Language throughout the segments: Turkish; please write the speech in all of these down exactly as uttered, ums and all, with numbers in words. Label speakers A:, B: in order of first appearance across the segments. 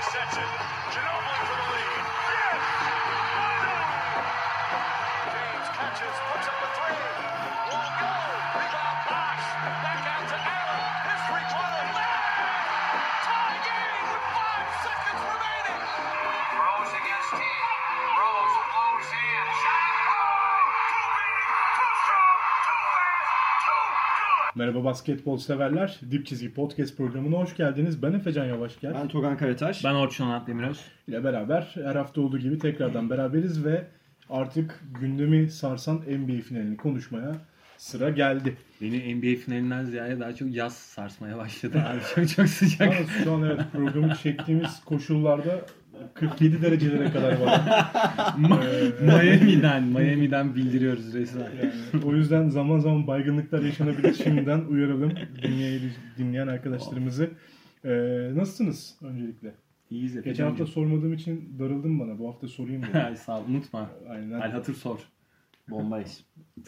A: sets it. Ginobili for the lead. Yes! James catches, puts up a three. Won't go. Rebound box. Back out to Allen. His three-pointer. Tie game with five seconds remaining.
B: Rose against Teague. Rose blows in. Shot.
A: Too big, too strong, too fast, too good.
C: Merhaba basketbol severler. Dip Çizgi Podcast programına hoş geldiniz. Ben Efecan Yavaşgel.
D: Ben Togan Karataş.
E: Ben Orçun Onat Demiröz.
C: ile beraber her hafta olduğu gibi tekrardan beraberiz ve artık gündemi sarsan N B A finalini konuşmaya sıra geldi.
E: Beni N B A finalinden ziyade daha çok yaz sarsmaya başladı abi. Çok çok sıcak.
C: Yalnız şu an evet programı çektiğimiz koşullarda kırk yedi derecelere kadar var.
E: Ma- Miami'den, Miami'den bildiriyoruz resmen.
C: Yani o yüzden zaman zaman baygınlıklar yaşanabilir. Şimdiden uyaralım dinleyen, dinleyen arkadaşlarımızı. Ee, nasılsınız öncelikle?
E: İyiyiz
C: Geçen
E: Efecan'cığım.
C: hafta sormadığım için darıldım bana. Bu hafta sorayım dedim.
E: Ay, sağ ol, unutma.
C: Aynen.
E: Hal hatır sor.
D: Bombayız.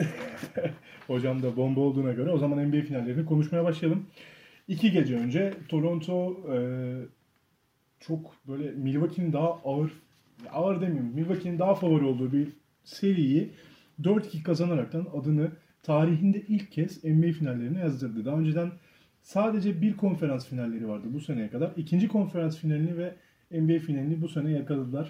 C: Hocam da bomba olduğuna göre o zaman N B A finallerini konuşmaya başlayalım. İki gece önce Toronto e, çok böyle Milwaukee'nin daha ağır, ağır demeyeyim, Milwaukee'nin daha favori olduğu bir seriyi dört iki kazanaraktan adını tarihinde ilk kez N B A finallerine yazdırdı. Daha önceden sadece bir konferans finalleri vardı bu seneye kadar. İkinci konferans finalini ve N B A finalini bu sene yakaladılar.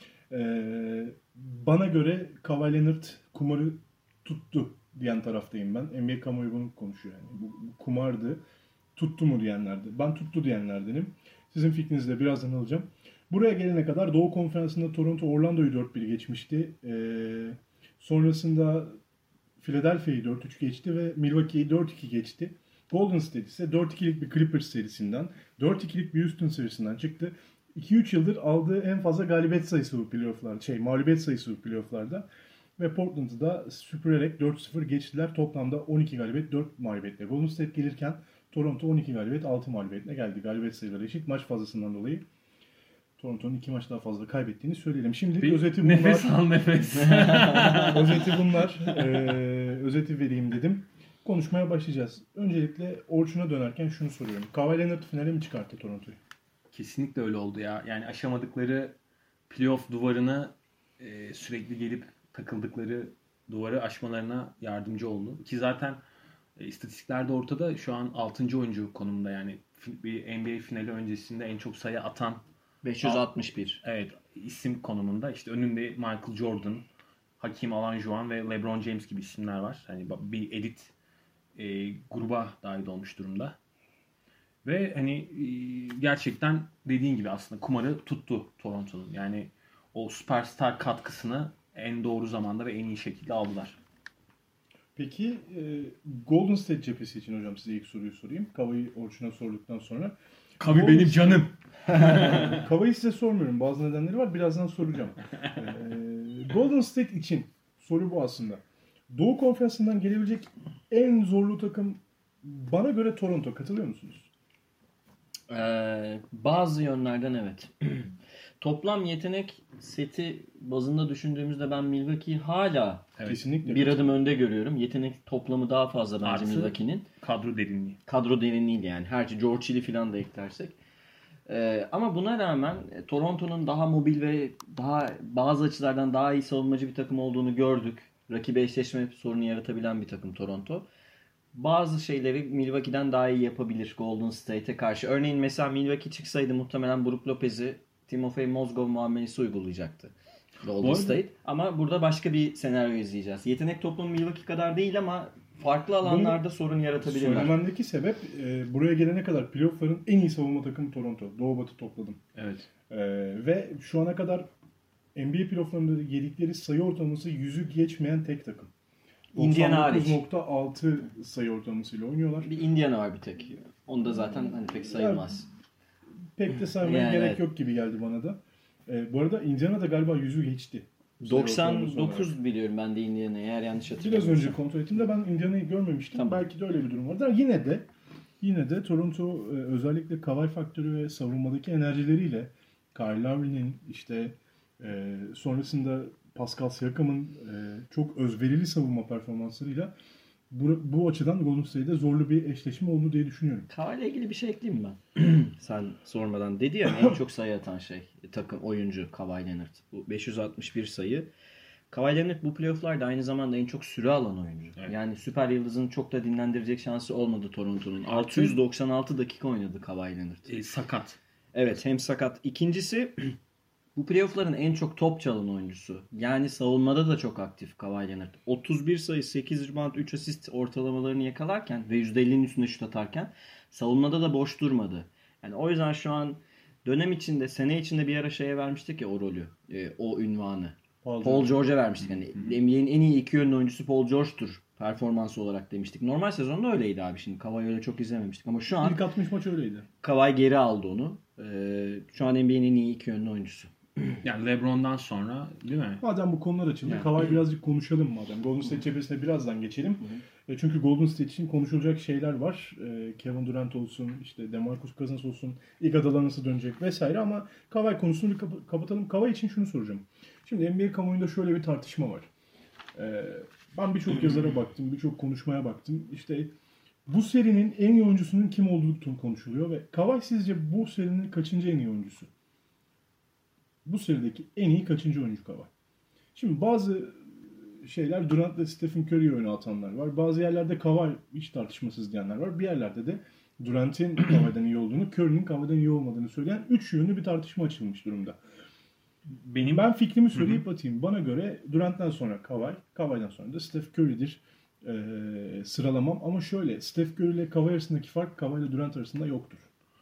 C: Ee, bana göre Kawhi Leonard kumarı tuttu diyen taraftayım ben. N B A kamuoyu bunu konuşuyor yani. Bu, bu kumardı. Tuttu mu diyenlerdi. Ben tuttu diyenlerdenim. Sizin fikrinizi de birazdan alacağım. Buraya gelene kadar Doğu Konferansı'nda Toronto Orlando'yu dört bir geçmişti. Ee, sonrasında Philadelphia'yı dört üç geçti ve Milwaukee'yi dört iki geçti. Golden State ise dört ikilik bir Clippers serisinden, dört ikilik bir Houston serisinden çıktı. iki üç yıldır aldığı en fazla galibiyet sayısı bu playoff'larda, şey mağlubiyet sayısı bu playoff'larda. Ve Portland'ı da süpürerek dört sıfır geçtiler. Toplamda on iki galibiyet, dört mağlubiyetle. Golden State gelirken Toronto on iki galibiyet, altı mağlubiyetle geldi. Galibiyet sayıları eşit. Maç fazlasından dolayı Toronto'nun iki maç daha fazla kaybettiğini söyleyelim. Şimdilik
E: Bir
C: özeti bunlar.
E: nefes al nefes.
C: özeti bunlar. Ee, özeti vereyim dedim. Konuşmaya başlayacağız. Öncelikle Orçun'a dönerken şunu soruyorum. Kawhi Leonard finale mi çıkarttı Toronto'yu?
E: Kesinlikle öyle oldu ya. Yani aşamadıkları playoff duvarını e, sürekli gelip takıldıkları duvarı aşmalarına yardımcı oldu. Ki zaten e, istatistiklerde ortada, şu an altıncı oyuncu konumunda yani. Bir N B A finali öncesinde en çok sayı atan
D: beş yüz altmış bir.
E: evet isim konumunda. İşte önünde Michael Jordan, Hakeem Olajuwon ve LeBron James gibi isimler var. Hani bir elit e, gruba dahil olmuş durumda. Ve hani e, gerçekten dediğin gibi aslında kumarı tuttu Toronto'nun. Yani o süperstar katkısını en doğru zamanda ve en iyi şekilde aldılar.
C: Peki e, Golden State cephesi için hocam size ilk soruyu sorayım. Kawhi Orçun'a sorduktan sonra.
E: Kavi
C: Golden-
E: benim canım.
C: Kawhi'yi size sormuyorum. Bazı nedenleri var. Birazdan soracağım. E, Golden State için soru bu aslında. Doğu Konferansı'ndan gelebilecek en zorlu takım bana göre Toronto. Katılıyor musunuz?
D: Ee, bazı yönlerden evet. Toplam yetenek seti bazında düşündüğümüzde ben Milwaukee'yi hala
E: Evet.
C: Kesinlikle.
D: bir adım önde görüyorum. Yetenek toplamı daha fazla bence
E: Artı-
D: Milwaukee'nin.
E: Kadro derinliği.
D: Kadro derinliğiyle yani. Herçi George Hill'i falan da eklersek. Ee, ama buna rağmen e, Toronto'nun daha mobil ve daha bazı açılardan daha iyi savunmacı bir takım olduğunu gördük. Rakibe eşleşme sorunu yaratabilen bir takım Toronto. Bazı şeyleri Milwaukee'den daha iyi yapabilir Golden State'e karşı. Örneğin mesela Milwaukee çıksaydı muhtemelen Brook Lopez'i Timofey Mozgov muamelesi uygulayacaktı Golden
E: Bu arada-
D: State. Ama burada başka bir senaryo izleyeceğiz. Yetenek toplumu Milwaukee kadar değil ama farklı alanlarda sorun yaratabilirler.
C: Söylememdeki sebep e, buraya gelene kadar playoff'ların en iyi savunma takımı Toronto. Doğu Batı topladım.
E: Evet.
C: E, ve şu ana kadar N B A playoff'larında yedikleri sayı ortalaması yüzü geçmeyen tek takım.
D: Indiana hariç.
C: doksan dokuz nokta altı sayı ortalamasıyla oynuyorlar.
D: Bir Indiana var bir tek. Onu da zaten hani pek sayılmaz.
C: Pek de saymaya
D: Yani
C: gerek
D: evet.
C: yok gibi geldi bana da. E, bu arada Indiana da galiba yüzü geçti. Sayı ortalaması
D: doksan dokuz biliyorum ben de Indiana'yı eğer yanlış
C: Biraz
D: hatırlamıyorsam.
C: önce kontrol ettim de ben Indiana'yı görmemiştim.
D: Tamam.
C: Belki de öyle bir durum vardı. Ama yine de yine de Toronto e, özellikle Kawhi faktörü ve savunmadaki enerjileriyle Kyle Lowry'nin işte e, sonrasında Pascal Siakam'ın e, çok özverili savunma performanslarıyla bu, bu açıdan Golden State'de zorlu bir eşleşme oldu diye düşünüyorum.
D: Kawhi ile ilgili bir şey ekleyeyim mi ben? Sen sormadan. Dedi ya en çok sayı atan şey. e, Takım oyuncu Kawhi Leonard. Bu beş yüz altmış bir sayı. Kawhi Leonard bu playoff'larda aynı zamanda en çok süre alan oyuncu.
E: Evet.
D: Yani süper yıldızın çok da dinlendirecek şansı olmadı Toronto'nun. altı yüz doksan altı dakika oynadı Kawhi Leonard.
E: E, sakat.
D: Evet, hem sakat. İkincisi bu playoff'ların en çok top çalan oyuncusu. Yani savunmada da çok aktif Kawhi Leonard. otuz bir sayı, sekiz rebound, üç asist ortalamalarını yakalarken ve yüzde ellinin üstünde şut atarken savunmada da boş durmadı. Yani o yüzden şu an dönem içinde, sene içinde bir ara şeye vermiştik ya o rolü, e, o ünvanı.
C: Paul
D: Paul
C: George.
D: George'a vermiştik. Yani N B A'nin en iyi iki yönlü oyuncusu Paul George'tur performansı olarak demiştik. Normal sezonda öyleydi abi şimdi. Kawhi öyle çok izlememiştik ama şu an
C: İlk altmış maç öyleydi.
D: Kawhi geri aldı onu. Ee, şu an N B A'nin en iyi iki yönlü oyuncusu.
E: Yani LeBron'dan sonra değil mi?
C: Madem bu konular açıldı,
D: Yani.
C: Kawhi birazcık konuşalım madem. Golden State cephesine birazdan geçelim. E, Çünkü Golden State için konuşulacak şeyler var. E, Kevin Durant olsun, işte DeMarcus Cousins olsun, Iguodala nasıl dönecek vesaire ama Kawhi konusunu bir kapa- kapatalım. Kawhi için şunu soracağım. Şimdi N B A kamuoyunda şöyle bir tartışma var. E, ben birçok yazara baktım, birçok konuşmaya baktım. İşte bu serinin en iyi oyuncusunun kim olduğu konuşuluyor ve Kawhi sizce bu serinin kaçıncı en iyi oyuncusu? Bu serideki en iyi kaçıncı oyuncu Kawhi? Şimdi bazı şeyler Durant'la Stephen Curry'yi öne atanlar var. Bazı yerlerde Kawhi hiç tartışmasız diyenler var. Bir yerlerde de Durant'in Kawhi'den iyi olduğunu, Curry'nin Kawhi'den iyi olmadığını söyleyen üç yönlü bir tartışma açılmış durumda.
E: Benim
C: Ben fikrimi söyleyip atayım. Bana göre Durant'tan sonra Kawhi, Kawhi'den sonra da Steph Curry'dir ee, sıralamam. Ama şöyle, Steph Curry ile Kawhi arasındaki fark Kawhi ile Durant arasında yoktur.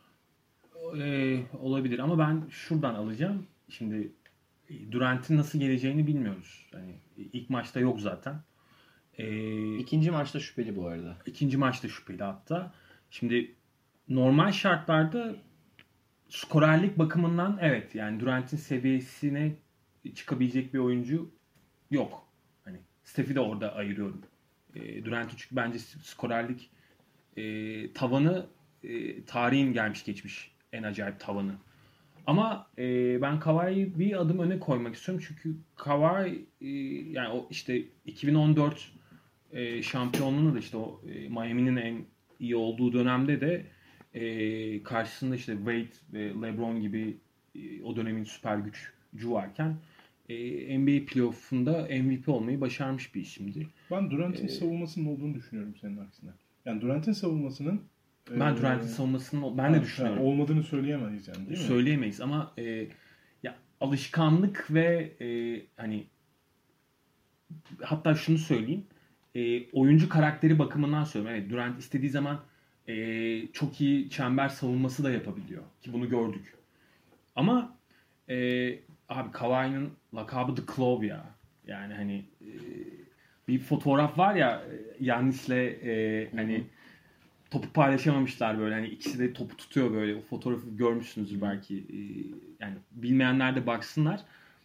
E: e, olabilir ama ben şuradan alacağım. Şimdi e, Durant'in nasıl geleceğini bilmiyoruz. Yani e, ilk maçta yok zaten. E,
D: İkinci maçta şüpheli bu arada.
E: ikinci maçta şüpheli hatta. Şimdi normal şartlarda skorerlik bakımından evet yani Durant'in seviyesine çıkabilecek bir oyuncu yok. Hani Steph'i de orada ayırıyorum. E, Durant'in çünkü bence skorerlik e, tavanı e, tarihin gelmiş geçmiş en acayip tavanı. Ama e, ben Kawhi'yi bir adım öne koymak istiyorum çünkü Kawhi e, yani o işte iki bin on dört e, şampiyonluğunu da işte o e, Miami'nin en iyi olduğu dönemde de e, karşısında işte Wade ve LeBron gibi e, o dönemin süper gücü varken e, N B A playoff'unda M V P olmayı başarmış bir isimdi.
C: Ben Durant'in
E: Ee,
C: savunmasının olduğunu düşünüyorum senin aksine. Yani Durant'in savunmasının
E: Ben
C: ee,
E: Durant'in savunmasının ben de
C: ha,
E: düşünüyorum.
C: ha, olmadığını söyleyemeyiz yani değil mi?
E: Söyleyemeyiz ama e, ya alışkanlık ve e, hani hatta şunu söyleyeyim e, oyuncu karakteri bakımından söylüyorum. Evet, Durant istediği zaman e, çok iyi çember savunması da yapabiliyor ki bunu gördük. Ama e, abi Kawhi'nin lakabı The Claw ya. Yani hani e, bir fotoğraf var ya Yannis'le e, hani topu paylaşamamışlar böyle hani ikisi de topu tutuyor böyle o fotoğrafı görmüşsünüzdür belki ee, yani bilmeyenler de baksınlar.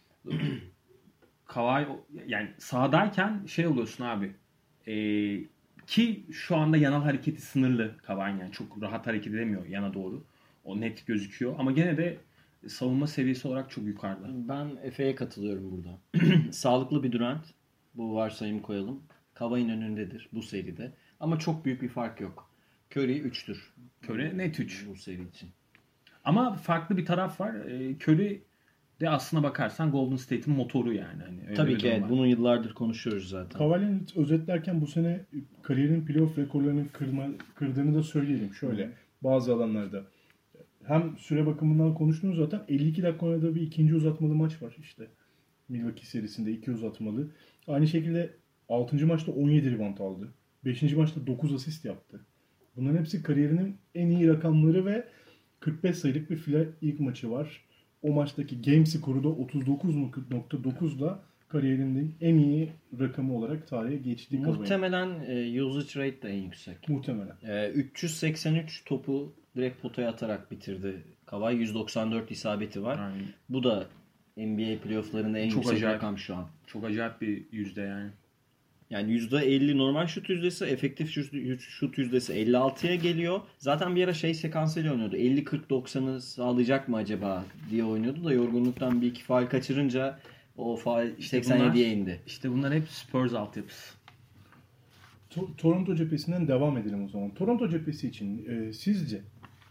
E: Kawhi yani sahadayken şey oluyorsun abi ee, ki şu anda yanal hareketi sınırlı Kawhi'nin yani çok rahat hareket edemiyor yana doğru o net gözüküyor ama gene de savunma seviyesi olarak çok yukarıda.
D: Ben Efe'ye katılıyorum burada. Sağlıklı bir Durant. Bu varsayımı koyalım. Kawhi'nin önündedir bu seride. Ama çok büyük bir fark yok. Curry üçtür.
E: Curry net üç.
D: Bu seri için.
E: Ama farklı bir taraf var. Ee, Curry de aslına bakarsan Golden State'in motoru yani. Hani öyle
D: Tabii
E: bir
D: ki
E: durum
D: evet.
E: var.
D: Bunu yıllardır konuşuyoruz zaten.
C: Kawhi'nin özetlerken bu sene kariyerinin playoff rekorlarını kırma, kırdığını da söyleyelim. Şöyle bazı alanlarda. Hem süre bakımından konuştuğumuz zaten elli iki dakika oynadığı bir ikinci uzatmalı maç var işte. Milwaukee serisinde iki uzatmalı. Aynı şekilde altıncı maçta on yedi rebound aldı. beşinci maçta dokuz asist yaptı. Bunların hepsi kariyerinin en iyi rakamları ve kırk beş sayılık bir file ilk maçı var. O maçtaki game skoru da otuz dokuz nokta dokuzla kariyerinin en iyi rakamı olarak tarihe geçti.
D: Muhtemelen e, usage rate de en yüksek.
C: Muhtemelen.
D: E, üç yüz seksen üç topu direkt potaya atarak bitirdi. Kawhi yüz doksan dört isabeti var.
E: Yani
D: Bu da N B A playofflarında en
E: Çok
D: yüksek
E: acayip.
D: rakam şu an.
E: çok acayip bir yüzde yani.
D: Yani yüzde elli normal şut yüzdesi, efektif şut, şut yüzdesi elli altıya geliyor. Zaten bir ara şey sekansıyla oynuyordu. elli kırk doksanı sağlayacak mı acaba diye oynuyordu da yorgunluktan bir iki faul kaçırınca o faul
E: İşte
D: seksen yediye
E: bunlar-
D: indi.
E: İşte bunlar hep Spurs altyapısı.
C: To- Toronto cephesinden devam edelim o zaman. Toronto cephesi için e, sizce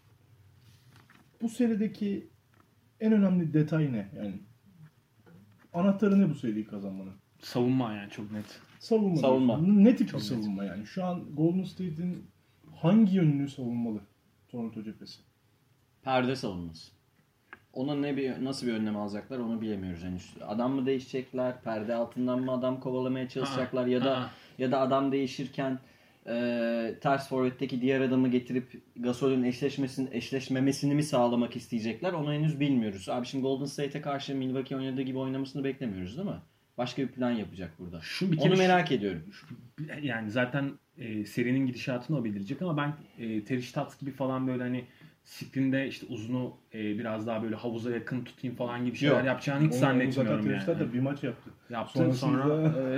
C: bu serideki en önemli detay ne? Yani anahtarı ne bu seriyi kazanmanın?
E: Savunma yani çok net.
C: Savunma.
D: Savunma.
C: diyorsun. Ne tip bir
E: Çok net.
C: savunma yani? Şu an Golden State'in hangi yönünü savunmalı Toronto cephesi?
D: Perde savunması. Ona ne bir nasıl bir önlem alacaklar onu bilemiyoruz henüz. Adam mı değişecekler? Perde altından mı adam kovalamaya çalışacaklar ya da
E: Aa.
D: ya da adam değişirken e, ters forvetteki diğer adamı getirip Gasol'ün eşleşmesini eşleşmemesini mi sağlamak isteyecekler? Onu henüz bilmiyoruz. Abi şimdi Golden State'e karşı Milwaukee oynadığı gibi oynamasını beklemiyoruz değil mi? Başka bir plan yapacak burada.
E: Şu bir kere
D: Onu
E: şu-
D: merak ediyorum.
E: Yani zaten e, serinin gidişatını o belirleyecek ama ben e, Terry Stotts gibi falan böyle hani sprinde işte uzunu e, biraz daha böyle havuza yakın tutayım falan gibi şeyler
D: Yok.
E: yapacağını hiç
C: Onu- onu
E: zannetmiyorum
C: zaten
E: yani.
C: Terry da bir maç yaptı.
E: Yaptı sonra
C: Sonrasında-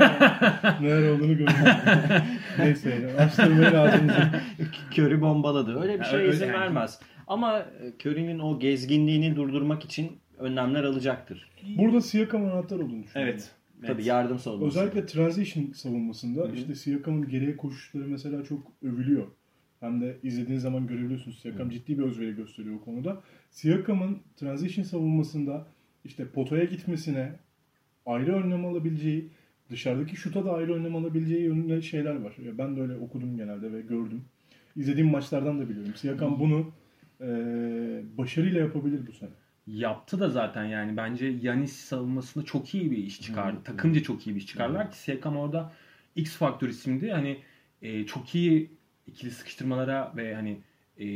E: e,
C: Neler olduğunu gördüm. Neyse açtırmayın ağzınızı.
D: Curry bombaladı. Öyle bir
E: Ya,
D: şey
E: öyle
D: izin
E: yani.
D: vermez. Ama e, Curry'nin o gezginliğini durdurmak için önlemler alacaktır.
C: Burada Siakam anahtar olduğunu düşünüyorum.
E: evet.
D: Tabii yardım savunması.
C: Özellikle transition savunmasında işte Siakam'ın geriye koşuşları mesela çok övülüyor. Hem de izlediğiniz zaman görebiliyorsunuz. Siakam ciddi bir özveri gösteriyor o konuda. Siakam'ın transition savunmasında işte potaya gitmesine ayrı önlem alabileceği, dışarıdaki şuta da ayrı önlem alabileceği yönünde şeyler var. Ya ben de öyle okudum genelde ve gördüm. İzlediğim maçlardan da biliyorum. Siakam bunu e, başarıyla yapabilir bu sene.
E: Yaptı da zaten yani bence Yanis savunmasında çok iyi bir iş çıkardı. Takımca çok iyi bir iş çıkardılar ki Siakam orada X faktör isimdi. Hani e, çok iyi ikili sıkıştırmalara ve hani e,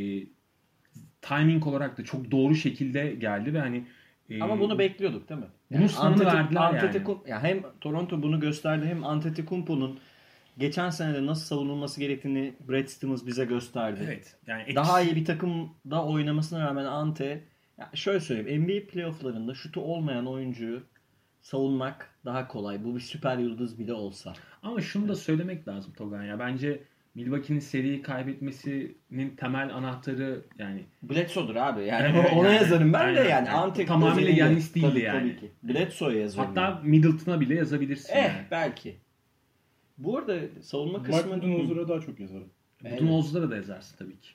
E: timing olarak da çok doğru şekilde geldi ve hani e,
D: Ama bunu bekliyorduk değil mi?
E: Bunun sınavını verdiler yani.
D: Antetokounmpo- ya hem Toronto bunu gösterdi hem Antetokounmpo'nun geçen sene de nasıl savunulması gerektiğini Brad Stevens bize gösterdi.
E: evet yani etkisi-
D: Daha iyi bir takımda oynamasına rağmen Ante, ya şöyle söyleyeyim, N B A playofflarında şutu olmayan oyuncuyu savunmak daha kolay. Bu bir süper yıldız bile olsa.
E: Ama şunu da söylemek lazım Togan ya. Bence Milwaukee'nin seriyi kaybetmesinin temel anahtarı yani
D: Bledsoe'dur abi. Yani
E: Evet,
D: ona
E: yani.
D: yazarım ben de
E: Aynen.
D: yani.
E: Yani
D: Ante
E: tamamıyla
D: özelinde.
E: Giannis değildi
D: Tabii,
E: yani.
D: Tabii ki. Bledsoe'ya yazarım.
E: hatta
D: yani.
E: Middleton'a bile yazabilirsin
D: Eh
E: yani.
D: belki. Bu arada savunma
C: Mike
D: kısmı...
C: Budenholzer'a daha çok yazarım.
D: Evet.
E: Budenholzer'a da yazarsın tabii ki.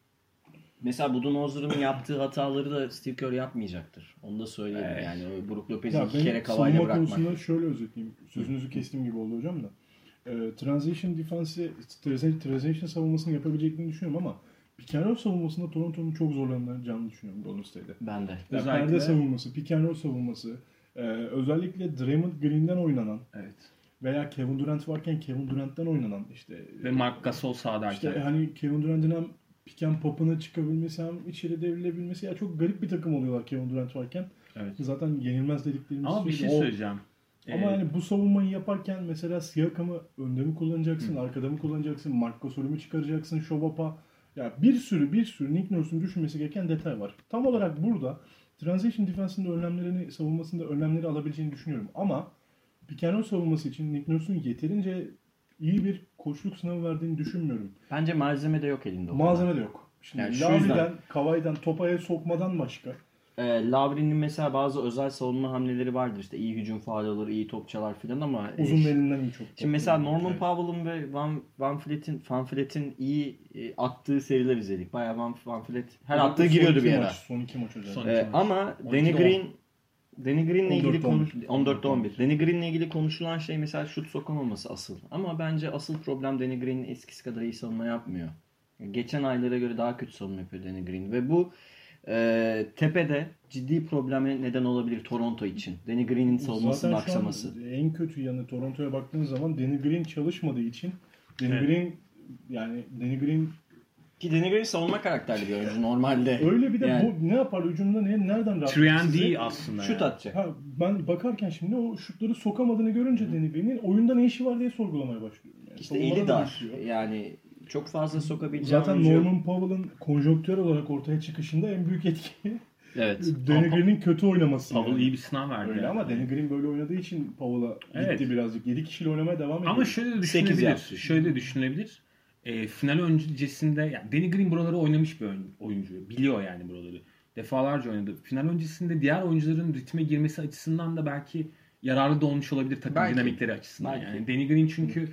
D: Mesela Budenholzer'ın yaptığı hataları da Steve Kerr yapmayacaktır. Onu da söyleyelim
E: Evet.
D: yani. O Brook Lopez'i
C: Ya
D: iki
C: ben
D: kere kavayla
C: savunma
D: bırakmak.
C: konusunda şöyle özetleyeyim. Sözünüzü kestiğim gibi oldu hocam da. Ee, transition defense'i, transi- transition savunmasını yapabileceklerini düşünüyorum ama pick and roll savunmasında Toronto'nun çok zorlanacağını düşünüyorum Golden State'de.
D: Ben de.
C: Ya
E: Özellikle-
C: perde savunması, pick and roll savunması, e, özellikle Draymond Green'den oynanan
E: Evet.
C: veya Kevin Durant varken Kevin Durant'ten oynanan işte
E: Ve Mark Gasol sahadayken.
C: işte hani Kevin Durant'ın hem pick and pop'ına çıkabilmesi hem içeri devrilebilmesi ya çok garip bir takım oluyorlar Kevin Durant varken.
E: Evet.
C: Zaten yenilmez dediklerimiz
E: Ama bir şey
C: o.
E: söyleyeceğim.
C: Ama
E: Ee,
C: yani bu savunmayı yaparken mesela Siakam'ı önde mi kullanacaksın, arkada mı kullanacaksın, Marc Gasol'ü mü çıkaracaksın, Şobap'a. Ya bir sürü bir sürü Nick Nurse'un düşünmesi gereken detay var. Tam olarak burada transition defense'inde önlemlerini, savunmasında önlemleri alabileceğini düşünüyorum. Ama pick and roll savunması için Nick Nurse'un yeterince iyi bir koçluk sınavı verdiğini düşünmüyorum.
D: Bence malzeme de yok elinde. o kadar.
C: Malzeme de yok. Şimdi
D: Yani şu
C: Lavri'den,
D: yüzden-
C: Kavai'den topaya sokmadan başka.
D: E, Lavri'nin mesela bazı özel savunma hamleleri vardır. İşte iyi hücum faal alır, iyi top çalar filan ama e,
C: Uzun elinden iyi çok.
D: şimdi mesela Norman
E: Evet.
D: Powell'ın ve Van, Van Fleet'in Van Fleet'in iyi e, attığı seriler izledik. Bayağı Van, Van Fleet her attığı
C: Son
D: giriyordu
C: iki
D: bir ara.
C: maç, son iki maç özellikle.
E: Son-
D: Ee,
E: iki maç.
D: ama
E: on
D: Danny
E: ikide on.
D: Green Danny Green'le ilgili
C: on dörtte on bir.
D: konuş on dörtte on bir. Danny Green'le ilgili konuşulan şey mesela şut sokamaması asıl. Ama bence asıl problem Danny Green eskisi kadar iyi savunma yapmıyor. Geçen aylara göre daha kötü savunma yapıyor Danny Green ve bu e, tepede ciddi probleme neden olabilir Toronto için. Danny Green'in savunmasının
C: Zaten şu an
D: aksaması.
C: en kötü yanı Toronto'ya baktığın zaman Danny Green çalışmadığı için Danny
E: Evet.
C: Green yani Danny Green
D: Ki Danny Green savunma karakterli bir oyuncu normalde.
C: öyle bir de
D: Yani
C: bu ne yapar hücumda ne nereden rahat?
E: üç and
C: Size-
E: D aslında.
D: şut
E: yani.
D: atacak.
C: Ha, ben bakarken şimdi o şutları sokamadığını görünce Danny Green'in oyunda ne işi var diye sorgulamaya başlıyorum. Yani
D: İşte
C: savunmada
D: eli
C: da
D: dar.
C: düşüyor.
D: Yani çok fazla sokabileceği
C: Zaten
D: oyuncu yok.
C: Norman Powell'ın konjonktürel olarak ortaya çıkışında en büyük etki
D: Evet.
C: Danny
E: Ama-
C: Green'in kötü oynaması.
E: Powell
C: yani.
E: iyi bir sınav verdi.
C: Öyle
E: yani.
C: ama Danny Green böyle oynadığı için Powell'a
E: Evet.
C: gitti birazcık. yedi kişiyle oynamaya devam ediyor.
E: Ama şöyle de
D: Sekiz
E: düşünebilir.
D: yaptı.
E: Şöyle de düşünebilir. E, final öncesinde yani Danny Green buraları oynamış bir oyun- oyuncu. Biliyor yani buraları. Defalarca oynadı. Final öncesinde diğer oyuncuların ritme girmesi açısından da belki yararlı da olmuş olabilir takım
D: Belki.
E: dinamikleri açısından.
D: Belki.
E: Yani Danny Green çünkü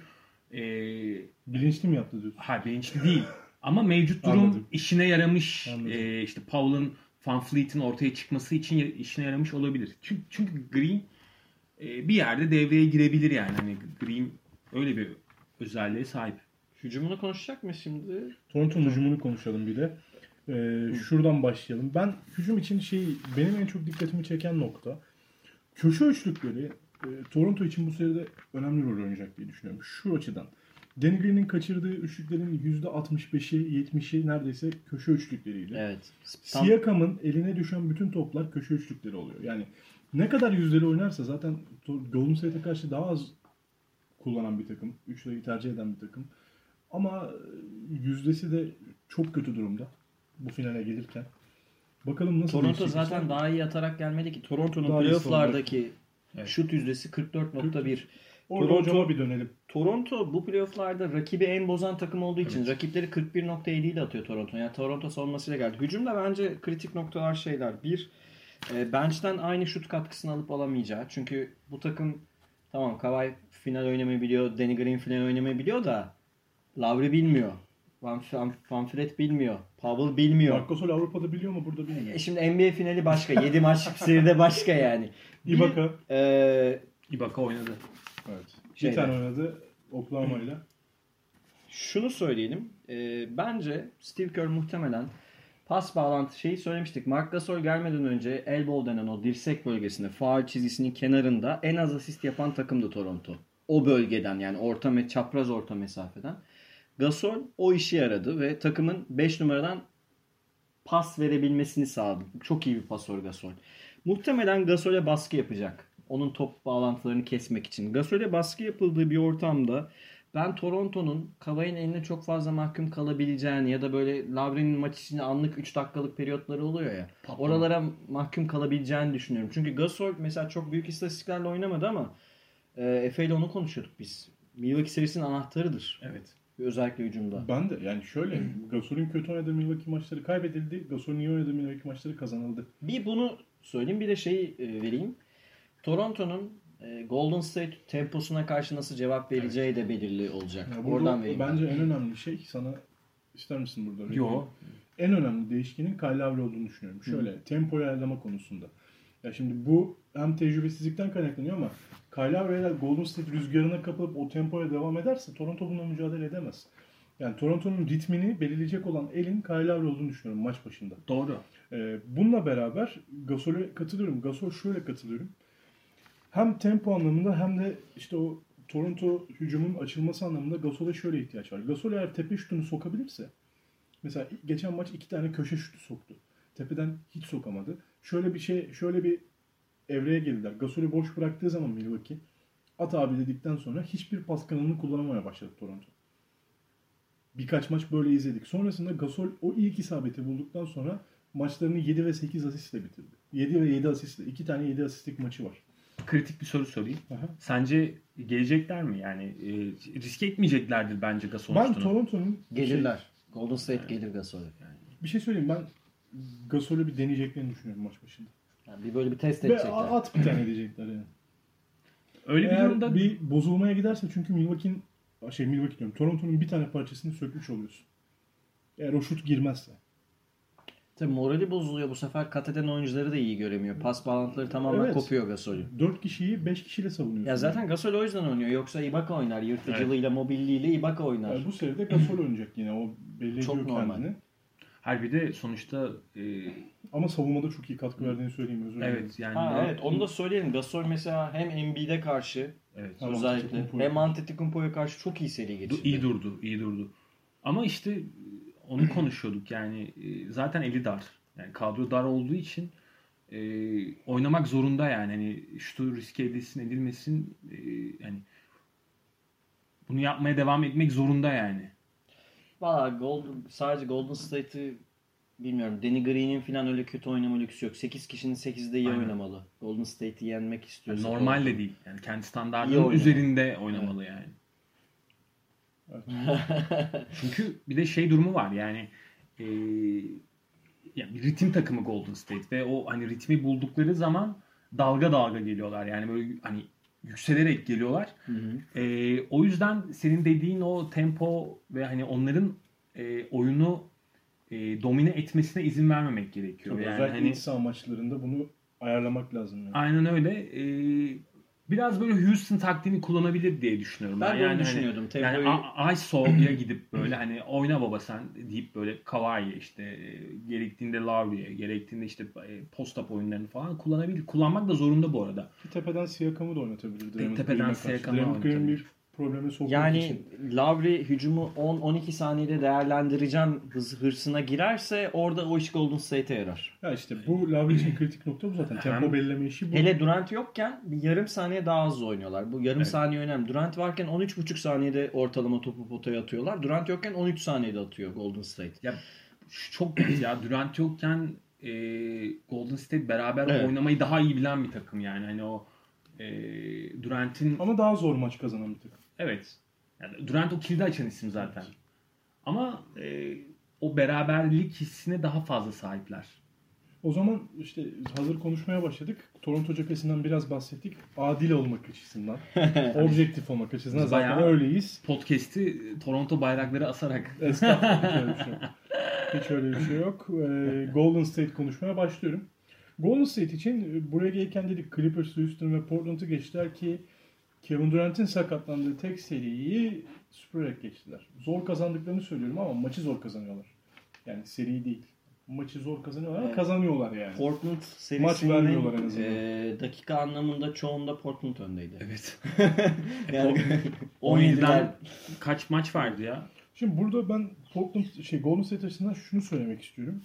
E: e,
C: Bilinçli mi yaptı diyorsun?
E: ha bilinçli değil. Ama mevcut durum
C: Anladım.
E: işine yaramış.
C: Anladım.
E: E, işte Powell'ın Van Fleet'in ortaya çıkması için ya- işine yaramış olabilir. Çünkü, çünkü Green e, bir yerde devreye girebilir yani. Hani Green öyle bir özelliğe sahip.
D: Hücumunu konuşacak mı şimdi?
C: Toronto'nun hücumunu konuşalım bir de. Ee, şuradan başlayalım. Ben hücum için şey benim en çok dikkatimi çeken nokta köşe üçlükleri e, Toronto için bu seride önemli rol oynayacak diye düşünüyorum. Şu açıdan. Danny Green'in kaçırdığı üçlüklerin yüzde altmış beşi yetmişi neredeyse köşe üçlükleriydi.
D: Evet. Tam
C: Siakam'ın eline düşen bütün toplar köşe üçlükleri oluyor. Yani ne kadar yüzdeli oynarsa zaten Golden State'e karşı daha az kullanan bir takım. Üçlüyü tercih eden bir takım. Ama yüzdesi de çok kötü durumda bu finale gelirken. Bakalım nasıl
D: Toronto
C: değişecek
D: zaten
C: işler.
D: daha iyi atarak gelmedi ki. Toronto'nun
C: Daha iyi
D: playoff'lardaki
E: Evet.
D: şut yüzdesi kırk dört nokta bir.
C: Orada
D: Toronto-
C: hocama bir dönelim.
D: Toronto bu playoff'larda rakibi en bozan takım olduğu için
E: Evet.
D: rakipleri kırk bir nokta yedi ile atıyor Toronto. Yani Toronto savunmasıyla geldi. Hücumda bence kritik noktalar şeyler. Bir, e, bench'ten aynı şut katkısını alıp alamayacağı. Çünkü bu takım tamam Kawhi final oynamayı biliyor. Danny Green final oynamayı biliyor da Lowry bilmiyor. Van, Van, Van Fleet bilmiyor. Powell bilmiyor.
C: Marc Gasol Avrupa'da biliyor mu burada bilmiyor.
D: E şimdi N B A finali başka. yedi maç seride başka yani. Bir,
C: Ibaka.
D: e,
E: Ibaka oynadı.
C: Evet. Bir
D: Şeyde.
C: tane oynadı Oklahoma'yla.
D: Şunu söyleyelim. E, bence Steve Kerr muhtemelen pas bağlantı şeyi söylemiştik. Marc Gasol gelmeden önce elbow denen o dirsek bölgesinde faul çizgisinin kenarında en az asist yapan takımdı Toronto. O bölgeden yani orta me- çapraz orta mesafeden. Gasol o işi yaradı ve takımın beş numaradan pas verebilmesini sağladı. Çok iyi bir pasör Gasol. Muhtemelen Gasol'e baskı yapacak. Onun top bağlantılarını kesmek için. Gasol'e baskı yapıldığı bir ortamda ben Toronto'nun Kawhi'nin eline çok fazla mahkum kalabileceğini ya da böyle Lowry'nin maç içinde anlık üç dakikalık periyotları oluyor ya.
E: Patlama.
D: Oralara mahkum kalabileceğini düşünüyorum. Çünkü Gasol mesela çok büyük istatistiklerle oynamadı ama e, Efe ile onu konuşuyorduk biz. Milwaukee serisinin anahtarıdır.
E: Evet.
D: Özellikle hücumda.
C: Ben de yani şöyle Gasol'ün kötü oynadığı Milwaukee maçları kaybedildi. Gasol'ün iyi oynadığı Milwaukee maçları kazanıldı.
D: Bir bunu söyleyeyim bir de şeyi e, vereyim. Toronto'nun e, Golden State temposuna karşı nasıl cevap vereceği de belirli olacak.
C: Ya burada
D: Oradan vereyim.
C: bence en önemli şey sana ister misin burada?
E: Yo.
C: En önemli değişkenin Kyle Lowry olduğunu düşünüyorum. Şöyle tempoyu ayarlama konusunda. Ya şimdi bu hem tecrübesizlikten kaynaklanıyor ama Kyle Lowry eğer Golden State rüzgarına kapılıp o tempoya devam ederse Toronto bununla mücadele edemez. Yani Toronto'nun ritmini belirleyecek olan elin Kyle Lowry olduğunu düşünüyorum maç başında.
E: Doğru.
C: Ee, bununla beraber Gasol'e katılıyorum. Gasol şöyle katılıyorum. Hem tempo anlamında hem de işte o Toronto hücumunun açılması anlamında Gasol'e şöyle ihtiyaç var. Gasol eğer tepe şutunu sokabilirse mesela geçen maç iki tane köşe şutu soktu. Tepeden hiç sokamadı. Şöyle bir şey, şöyle bir evreye geldiler. Gasol'ü boş bıraktığı zaman Milwaukee at abi dedikten sonra hiçbir pas kanalını kullanamaya başladı Toronto. Birkaç maç böyle izledik. Sonrasında Gasol o ilk isabeti bulduktan sonra maçlarını yedi ve sekiz asistle bitirdi. yedi ve yedi asistle. iki tane yedi asistlik maçı var.
E: Kritik bir soru sorayım.
C: Aha.
E: Sence gelecekler mi? Yani e, riske etmeyeceklerdir bence Gasol
C: Ben
E: şutunu.
C: Toronto'nun
D: Gelirler. Golden State gelir Gasol'e.
E: Yani
C: bir şey söyleyeyim ben Gasol'ü bir deneyeceklerini düşünüyorum maç başında.
D: Yani bir böyle bir test
C: Ve
D: edecekler.
C: at bir tane diyecekler yani.
E: öyle bir
C: Eğer
E: durumda
C: bir bozulmaya giderse çünkü Milwaukee'nin şey Milwaukee diyorum. Toronto'nun bir tane parçasını sökmüş oluyorsun. Eğer o şut girmezse.
D: Tabii morali bozuluyor. Bu sefer kat eden oyuncuları da iyi göremiyor. Pas bağlantıları tamamen
C: Evet.
D: kopuyor Gasol'ün.
C: dört kişiyi beş kişiyle savunuyorsun.
D: Ya zaten Gasol o yüzden oynuyor. Yoksa Ibaka oynar. Yırtıcılığıyla, mobilliğiyle Ibaka oynar.
C: Yani bu seride Gasol oynayacak yine. O belli
D: Çok
C: ediyor
D: normal.
C: kendini.
E: her bir de sonuçta e,
C: Ama savunmada çok iyi katkı verdiğini söyleyeyim. Özür dilerim.
E: evet yani
D: Ha,
E: bu-
D: evet onu da söyleyelim. Gasol mesela hem Embiid'e karşı
E: evet.
C: Tamam,
D: özellikle
C: Antetokounmpo'ya
D: hem Antetokounmpo'ya karşı çok iyi seri
E: Du-
D: geçirdi.
E: iyi durdu, iyi durdu. Ama işte e, onu konuşuyorduk yani e, zaten eli dar. Yani kadro dar olduğu için e, oynamak zorunda yani. Hani şutu riske edilsin, edilmesin e, yani bunu yapmaya devam etmek zorunda yani.
D: Valla Golden, sadece Golden State'i bilmiyorum. Danny Green'in falan öyle kötü oynama lüksü yok. sekiz kişinin sekizde iyi
E: Aynen.
D: oynamalı. Golden State'i yenmek
E: Yani
D: istiyorsa.
E: normal
D: Toronto.
E: de değil. Yani kendi
D: İyi
E: standartının
D: oynamalı.
E: üzerinde oynamalı yani. Çünkü bir de şey durumu var yani e, yani bir ritim takımı Golden State ve o hani ritmi buldukları zaman dalga dalga geliyorlar. Yani böyle hani yükselerek geliyorlar.
D: Hı hı.
E: E, o yüzden senin dediğin o tempo ve hani onların e, oyunu e, domine etmesine izin vermemek gerekiyor.
C: Tabii
E: yani
C: özellikle
E: hani
C: iç saha maçlarında bunu ayarlamak lazım. Yani.
E: aynen öyle. E, biraz böyle Houston taktiğini kullanabilir diye düşünüyorum.
D: Ben de onu
E: yani
D: düşünüyordum.
E: Hani, yani
D: Tempoyu-
E: A- I S O'ya gidip böyle hani oyna baba sen deyip böyle Kawhi'ye işte e, gerektiğinde Lowry'e, gerektiğinde işte e, post-up oyunlarını falan kullanabilir. Kullanmak da zorunda bu arada.
C: Ki tepeden Siakam'ı da oynatabilir. Draymond
E: tepeden
C: Green'e karşı.
E: Siakam'ı
C: Draymond Green
E: oynatabilir.
C: bir probleme sokmak
D: Yani
C: için.
D: Lowry hücumu on on iki saniyede değerlendireceğim hız, hırsına girerse orada o iş Golden State'e yarar.
C: Ya işte bu Lowry için kritik nokta bu zaten. Tempo
E: Hem-
C: belirleme işi bu.
D: Hele Durant yokken bir yarım saniye daha hızlı oynuyorlar. Bu yarım
E: Evet.
D: saniye önemli. Durant varken on üç buçuk saniyede ortalama topu potaya atıyorlar. Durant yokken on üç saniyede atıyor Golden State.
E: Ya şu çok net ya. Durant yokken e, Golden State beraber
D: Evet.
E: oynamayı daha iyi bilen bir takım yani. Hani o e, Durant'in
C: Ama daha zor maç kazanan bir takım.
E: evet. Yani Durant o kilidi açan isim zaten. Ama e, o beraberlik hissine daha fazla sahipler.
C: O zaman işte hazır konuşmaya başladık. Toronto cephesinden biraz bahsettik. Adil olmak açısından. Objektif olmak açısından
E: Biz
C: zaten
E: bayağı-
C: öyleyiz.
E: Podcast'i Toronto bayrakları asarak
C: Estağfurullah, hiç öyle bir şey yok. Hiç öyle bir şey yok. Ee, Golden State konuşmaya başlıyorum. Golden State için e, buraya gelirken dedik Clippers, Houston ve Portland'ı geçtiler ki Kevin Durant'in sakatlandığı tek seriyi süpürerek geçtiler. Zor kazandıklarını söylüyorum ama maçı zor kazanıyorlar. Yani seri değil. Maçı zor kazanıyorlar ama
D: Evet.
C: kazanıyorlar yani.
D: Portland
C: Maç vermiyorlar en
D: serisinin
C: azından.
D: e, dakika anlamında çoğunda Portland öndeydi.
E: evet.
D: Yani
E: on yediden
D: on yediler
E: kaç maç vardı ya?
C: Şimdi burada ben Portland şey Golden State açısından şunu söylemek istiyorum.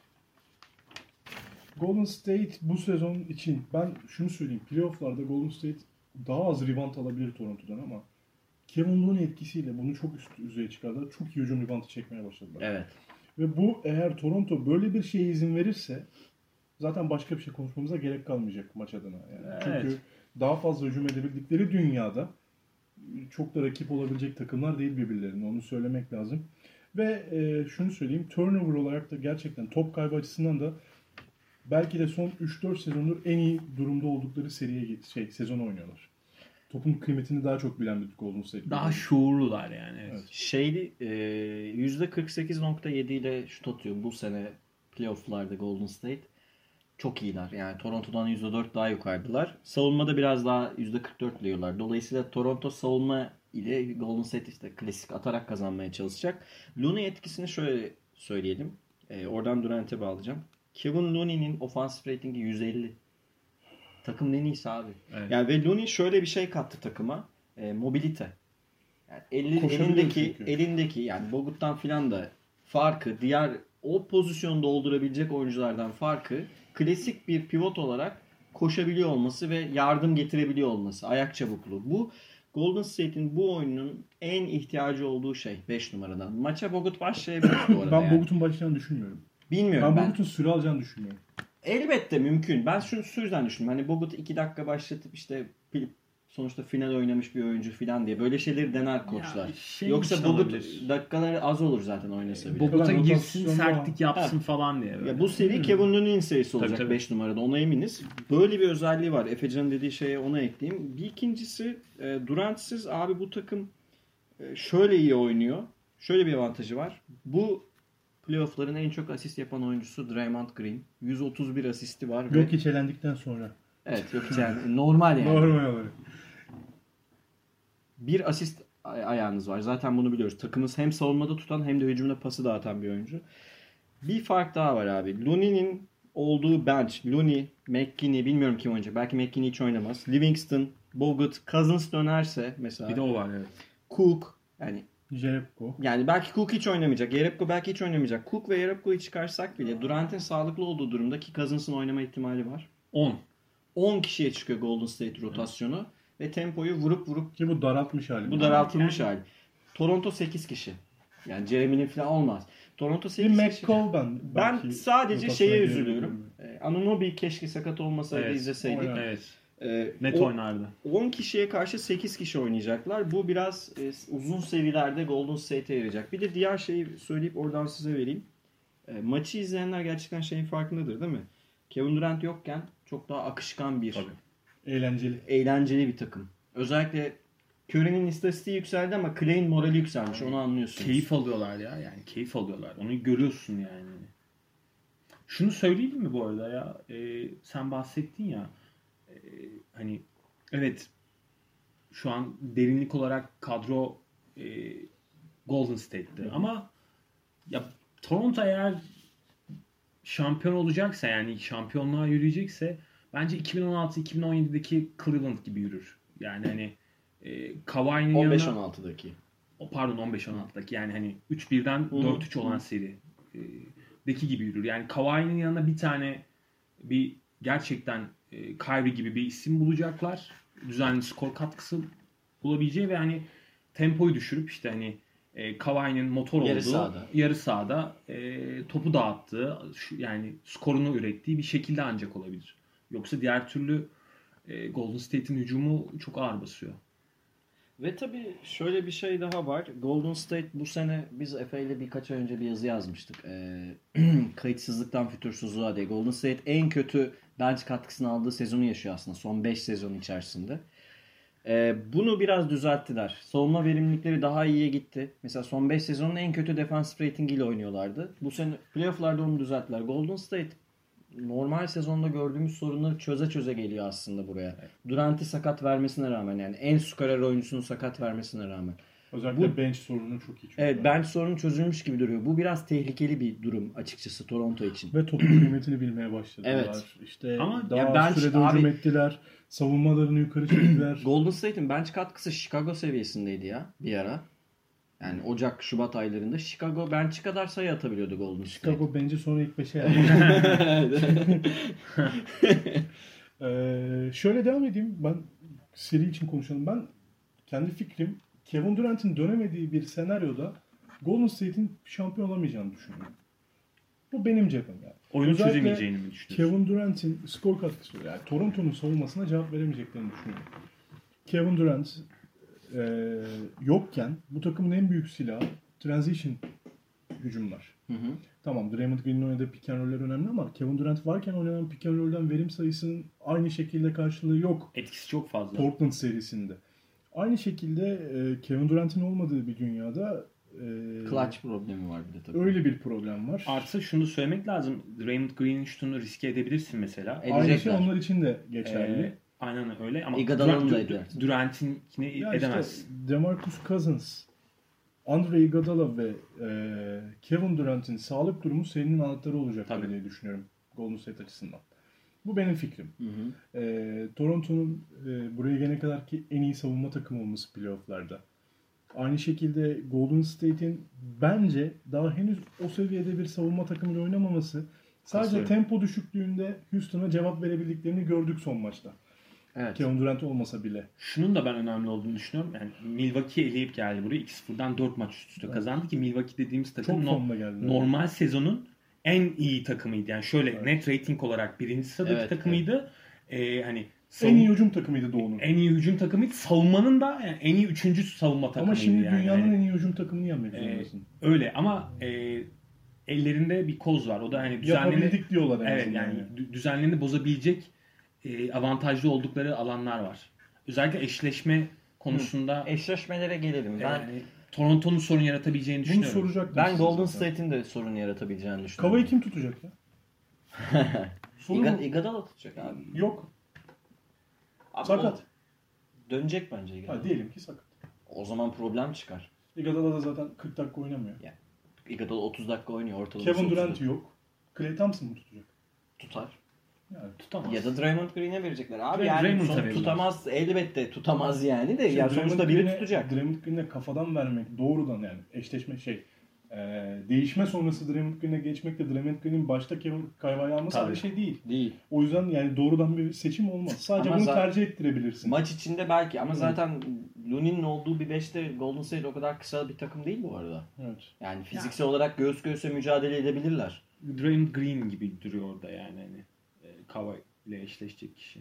C: Golden State bu sezon için ben şunu söyleyeyim. Playoff'larda Golden State daha az rebound alabilir Toronto'dan ama Kevin Looney etkisiyle bunu çok üst düzeye çıkardılar. Çok iyi hücum reboundu çekmeye başladılar.
D: Evet.
C: Ve bu eğer Toronto böyle bir şeye izin verirse zaten başka bir şey konuşmamıza gerek kalmayacak maç adına. Yani.
E: Evet.
C: Çünkü daha fazla hücum edebildikleri dünyada çok da rakip olabilecek takımlar değil birbirlerine. Onu söylemek lazım. Ve e, şunu söyleyeyim. Turnover olarak da gerçekten top kaybı açısından da belki de son üç dört sezondur en iyi durumda oldukları seriye şey sezon oynuyorlar. Topun kıymetini daha çok bilen bir Golden State.
E: Daha şuurlular yani. Evet.
C: Evet.
D: Şeyli e, yüzde kırk sekiz nokta yedi ile şut atıyor bu sene playoff'larda Golden State. Çok iyiler. Yani Toronto'dan yüzde dört daha yukarıdılar. Savunmada biraz daha yüzde kırk dört diyorlar. Dolayısıyla Toronto savunma ile Golden State işte klasik atarak kazanmaya çalışacak. Looney etkisini şöyle söyleyelim. E, oradan Durant'e bağlayacağım. Kevin Looney'nin ofansif ratingi yüz elli. Takımın en iyisi abi.
E: Evet.
D: Yani ve Looney şöyle bir şey kattı takıma. E, mobilite. Yani eli,
C: Koşabiliyor
D: elindeki
C: çünkü.
D: elindeki yani Bogut'tan filan da farkı diğer o pozisyonu doldurabilecek oyunculardan farkı klasik bir pivot olarak koşabiliyor olması ve yardım getirebiliyor olması. Ayak çabukluğu. Bu Golden State'in bu oyunun en ihtiyacı olduğu şey beş numaradan. Maça Bogut başlayabilir bu arada.
C: Ben
D: yani.
C: Bogut'un başlayacağını düşünmüyorum.
D: Bilmiyorum
C: Ben
D: ben.
C: Bogut'un süre alacağını düşünmüyorum.
D: Elbette mümkün. Ben şunu şu yüzden düşünüyorum. Hani Bogut iki dakika başlatıp işte pil- sonuçta final oynamış bir oyuncu falan diye. Böyle şeyleri dener koçlar.
E: Ya şey
D: Yoksa
E: için
D: Bogut
E: olabilir.
D: dakikaları az olur zaten oynasa bile.
E: Bogut'a
C: Rotasyonda-
E: girsin, sertlik yapsın
D: Ha.
E: falan diye. Böyle.
D: Ya bu seri Kevin Looney'nin serisi olacak
E: Tabii, tabii.
D: beş numarada. Ona eminiz. Böyle bir özelliği var. Efecan'ın dediği şeye ona ekleyeyim. Bir ikincisi e, Durant'siz abi bu takım e, şöyle iyi oynuyor. Şöyle bir avantajı var. Bu playoff'ların en çok asist yapan oyuncusu Draymond Green. yüz otuz bir asisti var.
C: Yok
D: ve,
C: hiç elendikten sonra.
D: evet yok yani normal yani.
C: Normal olarak.
D: Bir asist ay- ayağınız var. Zaten bunu biliyoruz. Takımımız hem savunmada tutan hem de hücumda pası dağıtan bir oyuncu. Bir fark daha var abi. Looney'nin olduğu bench. Looney, McKinney bilmiyorum kim oynayacak. Belki McKinney hiç oynamaz. Livingston, Bogut, Cousins dönerse mesela.
E: Bir de o var evet.
D: Cook yani
C: Jerebko.
D: yani belki Cook hiç oynamayacak. Jerebko belki hiç oynamayacak. Cook ve Jerebko'yu çıkarsak bile Durant'in sağlıklı olduğu durumda ki Cousins'ın oynama ihtimali var.
E: on.
D: on kişiye çıkıyor Golden State rotasyonu ve tempoyu vurup vurup
C: Ki bu daraltmış hali.
D: bu daraltılmış hali. Toronto sekiz kişi. Yani Jeremy'nin falan olmaz. Toronto
C: Bir
D: sekiz kişi.
C: McCall ben.
D: Ben
C: belki
D: sadece
C: rotasyona
D: şeye
C: girebilirim.
D: üzülüyorum. Ee, Anunoby keşke sakat olmasaydı
E: Evet,
D: izleseydik.
C: oynar.
E: Evet.
D: Ee,
E: Net
D: o-
E: oynardı.
D: on kişiye karşı sekiz kişi oynayacaklar. Bu biraz e, uzun serilerde Golden State'e yarayacak. Bir de diğer şeyi söyleyip oradan size vereyim. E, maçı izleyenler gerçekten şeyin farkındadır değil mi? Kevin Durant yokken çok daha akışkan bir
E: Tabii.
C: Eğlenceli.
D: Eğlenceli bir takım. Özellikle Curry'nin istatistiği yükseldi ama Clay'in morali yükselmiş. Onu anlıyorsunuz.
E: Keyif alıyorlar ya. Yani keyif alıyorlar. Onu görüyorsun yani. Şunu söyleyeyim mi bu arada ya? Ee, sen bahsettin ya. e, hani evet şu an derinlik olarak kadro e, Golden State'ti. Ama ya Toronto eğer şampiyon olacaksa, yani şampiyonluğa yürüyecekse bence iki bin on altı iki bin on yedideki Cleveland gibi yürür. Yani hani e, Kawhi'nin
D: on beş on
E: yanına
D: altıdaki.
E: o pardon on beş on altıdaki yani hani üç birden
D: Hı hı.
E: dört üç olan seri e, deki gibi yürür. Yani Kawhi'nin yanına bir tane bir gerçekten e, Kyrie gibi bir isim bulacaklar. Düzenli skor katkısı bulabileceği ve hani tempoyu düşürüp işte hani e, Kawhi'nin motor
D: Yarı
E: olduğu
D: sahada.
E: yarı sahada e, topu dağıttığı şu, yani skorunu ürettiği bir şekilde ancak olabilir. Yoksa diğer türlü e, Golden State'in hücumu çok ağır basıyor.
D: Ve tabii şöyle bir şey daha var. Golden State bu sene biz Efe ile birkaç ay önce bir yazı yazmıştık. Ee, kayıtsızlıktan fütursuzluğa diye. Golden State en kötü bench katkısını aldığı sezonu yaşıyor aslında. Son beş sezon içerisinde. Ee, bunu biraz düzelttiler. Savunma verimlilikleri daha iyiye gitti. Mesela son beş sezonun en kötü defensive rating ile oynuyorlardı. Bu sene playoff'larda onu düzelttiler. Golden State normal sezonda gördüğümüz sorunları çöze çöze geliyor aslında buraya. Durant'i sakat vermesine rağmen, yani en skorer oyuncusunu sakat vermesine rağmen.
C: Özellikle
D: Bu-
C: bench sorunu çok iyi. çünkü.
D: Evet, bench sorunu çözülmüş gibi duruyor. Bu biraz tehlikeli bir durum açıkçası Toronto için.
C: Ve topun kıymetini bilmeye başladılar.
D: Evet.
C: İşte
E: Ama
C: daha
D: ya bench-
C: sürede
D: abi-
C: hücum ettiler. Savunmalarını yukarı çektiler.
D: Golden State'in bench katkısı Chicago seviyesindeydi ya bir ara. Yani Ocak, Şubat aylarında Chicago bench'i kadar sayı atabiliyordu Golden State.
C: Chicago bence sonra ilk beşe yerleşti. Ee, şöyle devam edeyim. Ben seri için konuşalım. Ben kendi fikrim Kevin Durant'in dönemediği bir senaryoda Golden State'in şampiyon olamayacağını düşünüyorum. Bu benim cevabım yani.
E: Oyunu
C: Özellikle
E: çözemeyeceğini mi düşünüyorsun?
C: Kevin Durant'in skor katkısı, yani Toronto'nun savunmasına cevap veremeyeceklerini düşünüyorum. Kevin Durant e, yokken bu takımın en büyük silahı transition hücum var.
D: Hı hı.
C: Tamam, Draymond Green'in oynadığı pick and roll'ler önemli ama Kevin Durant varken oynanan pick and roll'den verim sayısının aynı şekilde karşılığı yok
E: Etkisi çok fazla.
C: Portland serisinde. Aynı şekilde e, Kevin Durant'in olmadığı bir dünyada e,
D: Clutch problemi var bir de tabii.
C: öyle bir problem var.
E: Artı şunu söylemek lazım. Draymond Green'in şutunu riske edebilirsin mesela.
D: E,
C: Aynı şey
D: edecekler.
C: onlar için de geçerli.
E: Ee, aynen öyle ama
D: Iguodala'nın da
E: Durant-
D: edersin.
E: Durant'inkini
C: Ya
E: edemez.
C: işte DeMarcus Cousins, Andre Iguodala ve e, Kevin Durant'in sağlık durumu serinin anahtarı olacaktır
E: Tabii.
C: diye düşünüyorum Golden State açısından. Bu benim fikrim.
D: Hı hı.
C: E, Toronto'nun e, buraya gelene kadar ki en iyi savunma takımı olması playoff'larda. Aynı şekilde Golden State'in bence daha henüz o seviyede bir savunma takımıyla oynamaması, sadece
E: Katılıyorum.
C: tempo düşüklüğünde Houston'a cevap verebildiklerini gördük son maçta.
D: Evet.
C: Kevin Durant olmasa bile.
E: Şunun da ben önemli olduğunu düşünüyorum. Yani Milwaukee eleyip geldi buraya. iki sıfırdan dört maç üst üste kazandı ki Milwaukee dediğimiz takım
C: Çok
E: no-
C: formda geldi.
E: normal sezonun en iyi takımıydı. Yani şöyle
C: Evet.
E: net rating olarak birinci sıradaki
D: Evet,
E: takımıydı. Ee, hani
C: En
E: savun-
C: iyi hücum takımıydı Doğu'nun.
E: en iyi hücum takımıydı. Savunmanın da yani en iyi üçüncü savunma takımıydı.
C: Ama şimdi
E: yani.
C: dünyanın
E: Hani,
C: en iyi hücum takımını yenmek
E: e,
C: zorundasın.
E: öyle ama e, ellerinde bir koz var. O da hani düzenlerini,
C: Yapabildik diyorlar en
E: evet
C: azından.
E: yani dü- düzenlerini bozabilecek e, avantajlı oldukları alanlar var. Özellikle eşleşme konusunda
D: Eşleşmelere gelelim. Ben
E: yani Toronto'nun sorun yaratabileceğini
C: Bunu
E: düşünüyorum.
C: soracaktım.
D: ben
C: size
D: Golden
C: zaten.
D: State'in de sorun yaratabileceğini düşünüyorum.
C: Kavayı kim tutacak ya? Sorun
D: Iga-
C: mu?
D: Iguodala tutacak abi.
C: Yok.
D: Abi
C: Sakat.
D: o Dönecek bence Iguodala.
C: Ha, diyelim ki sakat.
D: O zaman problem çıkar.
C: Iguodala da zaten kırk dakika oynamıyor.
D: Iguodala otuz dakika oynuyor ortalama.
C: Kevin Durant yok. Klay Thompson mı tutacak?
D: Tutar.
C: Yani
E: Tutamaz.
D: Ya da Draymond Green'e verecekler. Abi
E: Dray-
D: yani
E: Draymond'a
D: son-
E: verirler.
D: tutamaz elbette tutamaz yani de.
C: Şimdi
D: Ya
C: Draymond
D: sonuçta biri
C: Green'e-
D: tutacak.
C: Draymond Green'e kafadan vermek doğrudan, yani eşleşme şey e, değişme sonrası Draymond Green'e geçmekle Draymond Green'in başta Kevin Kayva'yı alması
E: Tabii.
C: aynı şey değil.
D: Değil.
C: O yüzden yani doğrudan bir seçim olmaz. Sadece
D: Ama
C: bunu
D: zaten-
C: tercih ettirebilirsin.
D: Maç içinde belki ama
C: Hı.
D: zaten Looney'nin olduğu bir beşte Golden State o kadar kısa bir takım değil bu arada.
C: Evet.
D: Yani fiziksel olarak göğüs göğüse mücadele edebilirler.
E: Draymond Green gibi duruyor orada yani hani e, Kawhi ile eşleşecek kişi.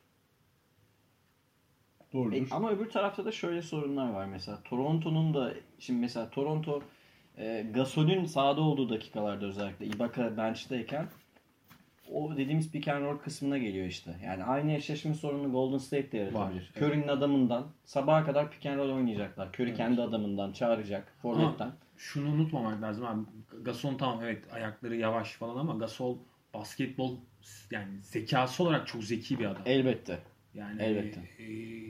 C: Doğrudur.
D: E, ama öbür tarafta da şöyle sorunlar var mesela. Toronto'nun da şimdi mesela Toronto e, Gasol'ün sahada olduğu dakikalarda özellikle Ibaka bench'teyken o dediğimiz pick and roll kısmına geliyor işte. Yani aynı eşleşme sorununu Golden State de yaratabilir.
E: Var,
D: Curry'nin adamından sabaha kadar pick and roll oynayacaklar. Curry evet. kendi adamından çağıracak. Forvet'ten.
E: Ama şunu unutmamak lazım abi. Gasol tamam evet ayakları yavaş falan ama Gasol basketbol yani zekası olarak çok zeki bir adam.
D: Elbette.
E: Yani
D: Elbette.
E: E,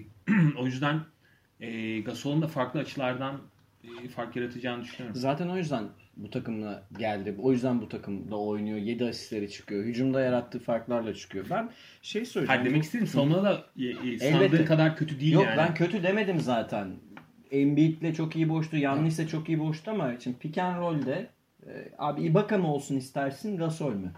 E: o yüzden e, Gasol'un da farklı açılardan e, fark yaratacağını düşünüyorum.
D: Zaten o yüzden bu takımla geldi. O yüzden bu takımda oynuyor. yedi asistleri çıkıyor. Hücumda yarattığı farklarla çıkıyor. Ben şey söyleyeceğim.
E: Hayır demek istedim. Savunma da e, e, sandığı kadar kötü değil
D: Yok,
E: yani.
D: Yok ben kötü demedim zaten. Embiid'le çok iyi boştu. Yannis'le çok iyi boştu ama şimdi pick and roll'de e, abi Ibaka mı olsun istersin Gasol mü?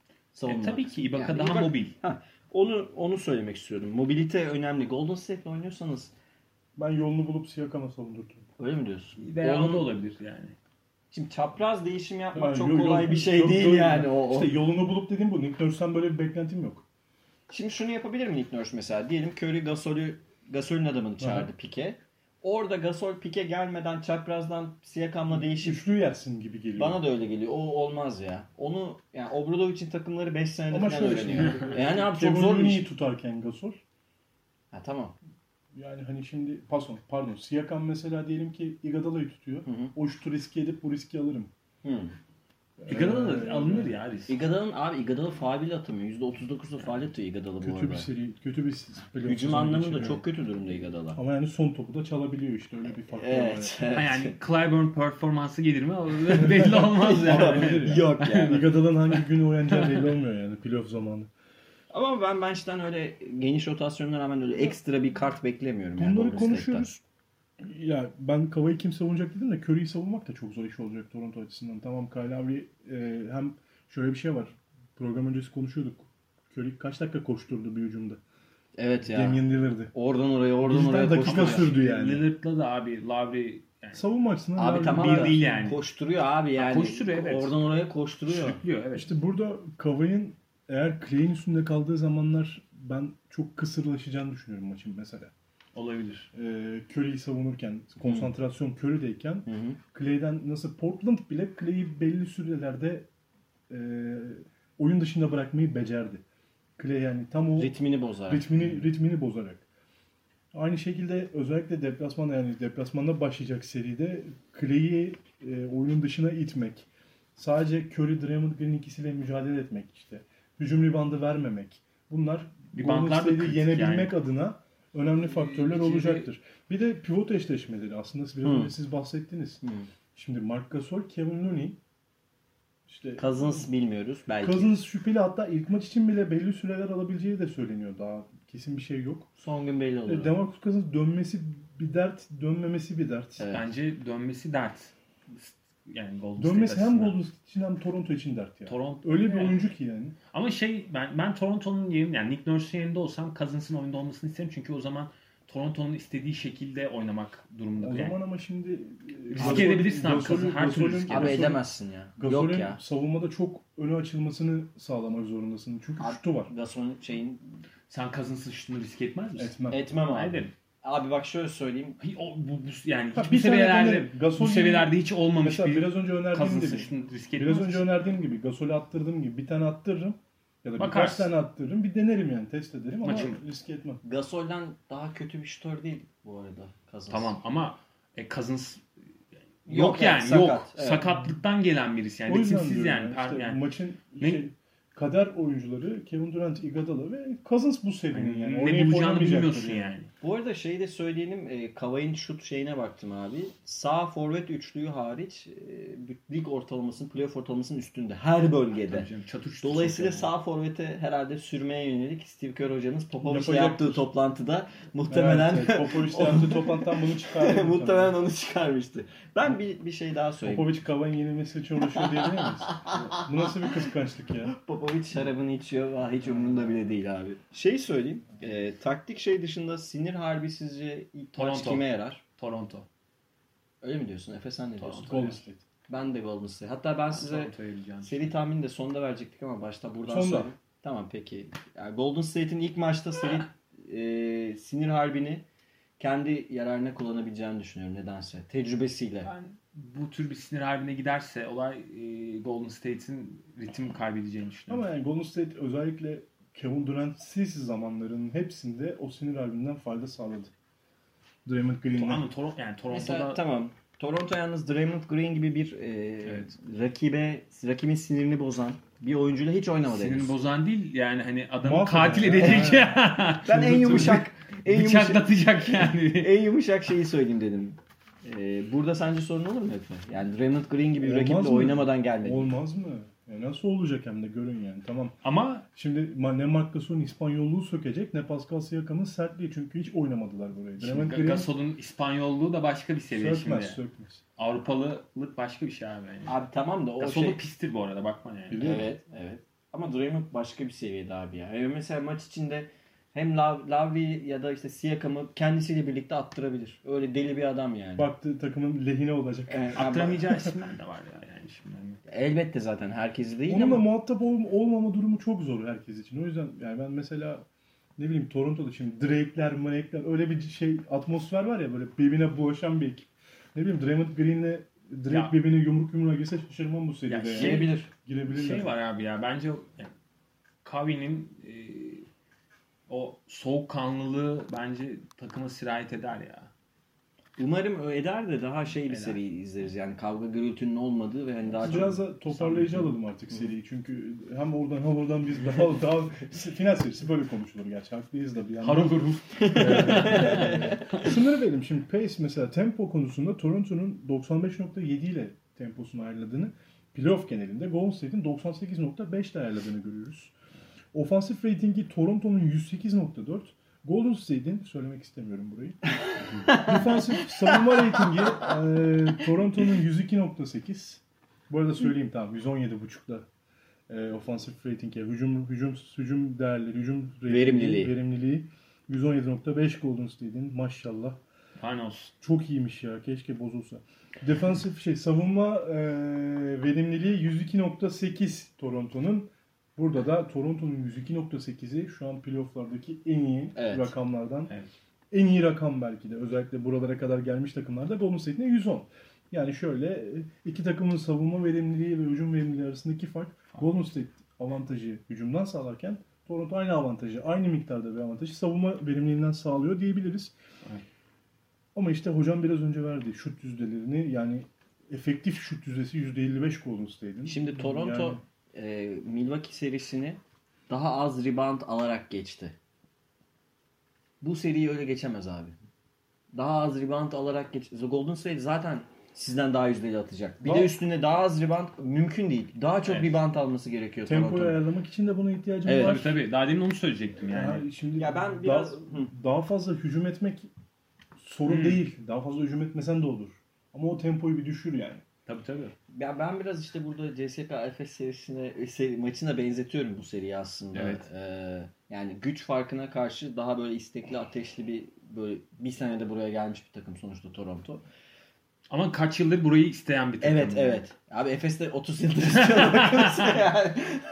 E: E, tabii ki Ibaka
D: yani
E: daha
D: Ibaka,
E: mobil.
D: Ha, onu onu söylemek istiyorum. Mobilite önemli. Golden State'le oynuyorsanız
C: Ben yolunu bulup Siakam'a savundurdum.
D: öyle mi diyorsun?
E: Veya
D: Onun,
E: o da olabilir yani.
D: Şimdi çapraz değişim yapmak
C: Yani
D: çok
C: yol-
D: kolay
C: yol-
D: bir şey
C: yol-
D: değil
C: yol-
D: yani. O, o.
C: İşte yolunu bulup dediğim bu. Nick Nurse'dan böyle bir beklentim yok.
D: Şimdi şunu yapabilir mi Nick Nurse mesela? Diyelim Curry Gasol'ü Gasol'ün adamını çağırdı Pike. Orada Gasol Pike gelmeden çaprazdan Siakam'la değişip
C: Üçlü yersin gibi geliyor.
D: bana da öyle geliyor. O olmaz ya. Onu yani Obradovic'in takımları beş senede
C: Ama
D: falan
C: şöyle
D: öğreniyor.
C: şimdi.
D: Yani abi çok
C: Kevin
D: zor bir
C: Looney'i
D: şey.
C: tutarken Gasol.
D: Ha tamam.
C: Yani hani şimdi pardon, pardon Siakam mesela diyelim ki Iguodala'yı tutuyor.
D: Hı hı.
C: O şutu riske edip bu riski alırım.
D: Hı.
E: Iguodala
C: Ee,
E: da alınır ya risk.
D: Iguodala'nın abi Iguodala faul bile atamıyor. yüzde otuz dokuzda faul atıyor Iguodala bu
C: Kötü
D: arada.
C: bir seri, kötü bir playoff
D: Hücum
C: sezonu
D: anlamında
C: geçiriyor.
D: çok kötü durumda Iguodala.
C: Ama yani son topu da çalabiliyor işte öyle bir faktör
D: Evet.
C: var.
D: evet.
E: Ha yani Clyburn performansı gelir mi? O belli olmaz yani.
C: Olabilir ya.
D: Yok yani.
C: Iguodala'nın hangi günü oynayacağı belli olmuyor yani playoff zamanı.
D: Ama ben bench'ten öyle geniş rotasyonuna rağmen öyle ekstra bir kart beklemiyorum. yani
C: Bunları
D: Golden State'ten.
C: konuşuyoruz. Ya ben Kavai'yi kim savunacak dedim de Curry'i savunmak da çok zor iş olacak Toronto açısından. Tamam Kyle Lowry e, hem şöyle bir şey var. Program öncesi konuşuyorduk. Curry kaç dakika koşturdu bir hücumda.
D: Evet ya.
C: Damian Lillard'ı.
D: Oradan oraya, oradan
C: Bizden
D: oraya
C: dakika
D: koşturuyor.
C: sürdü yani.
E: Lillard'la da abi Lowry yani
C: Savunma açısından
D: Abi
C: Lowry
D: tamam
E: bir
D: da
E: değil yani.
D: koşturuyor abi yani.
E: koşturuyor, evet.
D: Oradan oraya koşturuyor.
E: sürüklüyor evet.
C: İşte burada Kavai'nin eğer Clay'in üstünde kaldığı zamanlar ben çok kısırlaşacağını düşünüyorum maçın mesela.
E: Olabilir.
C: Ee, Curry'i savunurken, konsantrasyon Curry'deyken
D: Hı hı.
C: Clay'den nasıl Portland bile Clay'i belli sürelerde e, oyun dışında bırakmayı becerdi. Clay yani tam o
D: Ritmini bozar.
C: ritmini ritmini bozarak. Aynı şekilde özellikle deplasmanda yani deplasmanda başlayacak seride Clay'i e, oyunun dışına itmek. Sadece Curry, Draymond Green ikisiyle mücadele etmek işte. Hücum ribandı vermemek. Bunlar Golden
E: Reboundlar da
C: State'i
E: kritik
C: yenebilmek
E: yani.
C: adına önemli faktörler
E: İkili-
C: olacaktır. Bir de pivot eşleşmeleri aslında biraz
D: Hı.
C: önce siz bahsettiniz.
D: Hı.
C: Şimdi Marc Gasol, Kevin Looney işte
D: Cousins bilmiyoruz belki.
C: Cousins şüpheli hatta ilk maç için bile belli süreler alabileceği de söyleniyor. Daha kesin bir şey yok.
D: Son gün belli olur.
C: E, DeMarcus Cousins dönmesi bir dert, dönmemesi bir dert.
D: Evet.
E: Bence dönmesi dert. Yani Golden
C: Dönmesi
E: State
C: hem
E: açısından.
C: Golden State için hem Toronto için dert yani.
E: Toronto
C: Öyle bir
E: yani.
C: oyuncu ki yani.
E: Ama şey ben ben Toronto'nun yerinde yani Nick Nurse'un yerinde olsam Cousins'ın oyunda olmasını isterim çünkü o zaman Toronto'nun istediği şekilde oynamak durumunda.
C: O
E: yani.
C: zaman ama şimdi e,
E: Riske
C: Gasol-
E: edebilirsin abi,
C: Gasol'ün-
E: her türlü
C: Gasol'ün-
E: riske
D: Abi
C: Gasol'ün-
D: edemezsin ya.
C: Gasol'ün
D: Yok ya.
C: savunmada çok öne açılmasını sağlamak zorundasın. Çünkü
D: Abi,
C: şutu var.
D: Gasol'ün şeyin
E: Sen Cousins'ın şutunu riske etmez misin?
C: Etmem.
D: etmem abi.
E: Ederim.
D: Abi bak şöyle söyleyeyim.
E: Hi- O, bu, bu, yani
C: Ha,
E: hiç
C: bir
E: bu
C: tane
E: seviyelerde
C: hani Gasol
E: bu
C: gibi-
E: seviyelerde hiç olmamış
C: Mesela
E: bir
C: biraz önce önerdiğim
E: Cousins'ın
C: gibi.
E: şutunu riske etmez
C: Biraz önce
E: misin?
C: önerdiğim gibi Gasol'ü attırdığım gibi bir tane attırırım. Ya da birkaç
E: Bakarsın.
C: tane attırırım. Bir denerim yani test ederim ama
E: Maçın-
C: riske etmem.
D: Gasol'den daha kötü bir şutör değil bu arada Cousins.
E: Tamam ama e, Cousins yok,
D: Yok
E: yani
D: yani, sakat,
E: yok.
D: evet.
E: Sakatlıktan gelen birisi yani.
C: O yüzden
E: Ritimsiz
C: diyorum
E: yani.
C: yani.
E: Per-
C: İşte
E: yani.
C: maçın
E: Ne-
C: şey, kader oyuncuları Kevin Durant, Iguodala ve Cousins bu serinin yani.
E: Yani
C: Oynayıp
E: ne bulacağını
C: oynamayacaktır
E: bilmiyorsun yani.
D: Bu arada şeyi de söyleyelim. E, Kavai'nin şut şeyine baktım abi. Sağ forvet üçlüğü hariç e, lig ortalamasının, playoff ortalamasının üstünde. Her bölgede.
E: Tabii canım, çatır çutur
D: Dolayısıyla
E: sokuyor
D: sağ forvete herhalde sürmeye yönelik Steve Kerr hocanız Popovic'le
C: Yapacaktır.
D: yaptığı toplantıda muhtemelen
C: Evet, evet. Popovic'le yaptığı toplantıdan bunu çıkardı.
D: muhtemelen onu çıkarmıştı. Ben bir bir şey daha söyleyeyim.
C: Popovic Cavani yenilmesi için uğraşıyor diyebilir miyiz? Bu nasıl bir kıskançlık ya?
D: Popovic şarabını içiyor. Aa, hiç umurunda bile değil abi. Şey söyleyeyim. E, taktik şey dışında sinir harbi sizce ilk maç
E: Toronto.
D: kime yarar?
E: Toronto.
D: Öyle mi diyorsun? Efe sen ne diyorsun?
E: Toronto.
C: Golden State.
D: Ben de Golden State. Hatta ben size
E: Toronto'ya gideceğim.
D: seri tahmini de sonda verecektik ama başta buradan
C: Sonda.
D: söyleyeyim. Tamam peki. Yani Golden State'in ilk maçta seri e, sinir harbini kendi yararına kullanabileceğini düşünüyorum nedense. Tecrübesiyle.
E: Ben bu tür bir sinir harbine giderse olay e, Golden State'in ritim kaybedeceğini düşünüyorum.
C: Ama yani Golden State özellikle Kevin Durant'siz zamanların hepsinde o sinir harbinden fayda sağladı. Draymond Green'le.
E: Ama Toronto yani Toronto'da
D: Mesela tamam. Toronto yalnız Draymond Green gibi bir e,
E: Evet.
D: rakibe rakibin sinirini bozan bir oyuncuyla hiç oynamadı.
E: sinirini
D: henüz.
E: bozan değil yani hani adamı
C: Mahveden
E: katil
C: ya.
E: edecek ya.
D: Ben en yumuşak en yumuşak
E: Bıçaklatacak yani.
D: en yumuşak şeyi söyleyeyim dedim. Ee, burada sence sorun olur mu Efe? Yani Draymond Green gibi bir
C: Olmaz
D: rakiple
C: mı?
D: oynamadan gelmedi.
C: Olmaz mı? Ya nasıl olacak hem de görün yani. Tamam.
E: Ama
C: Şimdi ma- ne Marc Gasol'un İspanyolluğu sökecek ne Pascal Siakam'ın sertliği çünkü hiç oynamadılar burayı. Draymond
E: şimdi
C: Green
E: Gasol'un İspanyolluğu da başka bir seviye
C: sökmez
E: şimdi.
C: sökmez.
E: Avrupalılık başka bir şey abi. Yani.
D: Abi tamam da o
E: Gasol'u
D: şey.
E: pistir bu arada bakma yani.
C: Biliyorum.
D: Evet, evet. Ama Draymond başka bir seviyede abi ya. Yani mesela maç içinde hem Lav- Lavri ya da işte Siakam'ı kendisiyle birlikte attırabilir. Öyle deli bir adam yani.
C: Baktı takımın lehine olacak.
D: Evet,
E: Attıramayacağı isimler de var ya yani şimdi. Hani.
D: elbette zaten herkesi değil
C: Onunla
D: ama
C: muhatap ol- olmama durumu çok zor herkes için. O yüzden yani ben mesela ne bileyim Toronto'da şimdi Drake'ler, Make'ler öyle bir şey atmosfer var ya böyle birbirine bulaşan bir ekip. Ne bileyim Draymond Green'le Drake
E: Ya.
C: birbirine yumruk yumruğa girse şaşırmam bu seride.
E: Ya
C: yani.
E: şey-
D: girebilir.
C: Girebilirler.
E: Şey var abi ya bence yani, Kawhi'nin e, o soğukkanlılığı bence takıma sirayet eder ya.
D: Umarım o eder de daha şey bir
E: Eder.
D: seri izleriz. Yani kavga gürültünün olmadığı ve hani daha
C: Biraz
D: çok
C: da toparlayıcı alalım artık seriyi. Çünkü hem oradan hem oradan biz daha daha final serisi böyle konuşulur gerçi. Haklıyız da bir yandan.
E: Harun Gurur.
C: Şunları verelim. Şimdi pace mesela tempo konusunda Toronto'nun doksan beş nokta yedi ile temposunu ayarladığını, playoff genelinde Golden State'in doksan sekiz nokta beş ile ayarladığını görüyoruz. Ofansif ratingi Toronto'nun yüz sekiz nokta dört. Golden State'in, söylemek istemiyorum burayı. Defansif savunma ratingi e, Toronto'nun yüz iki nokta sekiz. Bu arada söyleyeyim tamam yüz on yedi buçukta e, ofansif rating yani hücum hücum hücum değerleri, hücum ratingi,
D: Verimliliği.
C: verimliliği yüz on yedi nokta beş Golden State'in maşallah.
E: Fine olsun.
C: Çok iyiymiş ya. Keşke bozulsa. Defansif şey savunma e, verimliliği yüz iki nokta sekiz Toronto'nun. Burada da Toronto'nun yüz iki nokta sekizi şu an playoff'lardaki en iyi
D: Evet.
C: rakamlardan.
E: Evet.
C: En iyi rakam belki de. Özellikle buralara kadar gelmiş takımlarda Golden State'in yüz on. Yani şöyle iki takımın savunma verimliliği ve hücum verimliliği arasındaki fark Golden State avantajı hücumdan sağlarken Toronto aynı avantajı, aynı miktarda bir avantajı savunma verimliliğinden sağlıyor diyebiliriz.
E: Evet.
C: Ama işte hocam biraz önce verdi şut yüzdelerini yani efektif şut yüzdesi yüzde elli beş Golden State'in.
D: Şimdi Toronto
C: Yani
D: e, Milwaukee serisini daha az rebound alarak geçti. Bu seriyi öyle geçemez abi. Daha az rebound alarak geç. Golden State zaten sizden daha yüzdeli atacak. Bir
C: Daha-
D: de üstüne daha az rebound mümkün değil. Daha çok
E: Evet.
D: rebound alması gerekiyor
C: tempoyu
D: Toronto'nun.
C: ayarlamak için de buna ihtiyacım
D: Evet.
C: var.
E: Tabii tabii. Daha demin onu söyleyecektim yani.
C: Yani şimdi
D: Ya ben biraz-
C: daha,
D: Hı.
C: daha fazla hücum etmek sorun
E: Hı.
C: değil. Daha fazla hücum etmesen de olur. Ama o tempoyu bir düşür yani.
E: Tabii tabii.
D: Ya ben biraz işte burada C S K A Efes serisine seri, maçına benzetiyorum bu seriyi aslında.
E: Evet.
D: Ee, yani güç farkına karşı daha böyle istekli, ateşli bir böyle bir senede buraya gelmiş bir takım sonuçta Toronto.
E: Ama kaç yıldır burayı isteyen bir takım.
D: Evet,
E: yani.
D: evet. Abi Efes'te otuz yıldır istiyor bakılırsa yani.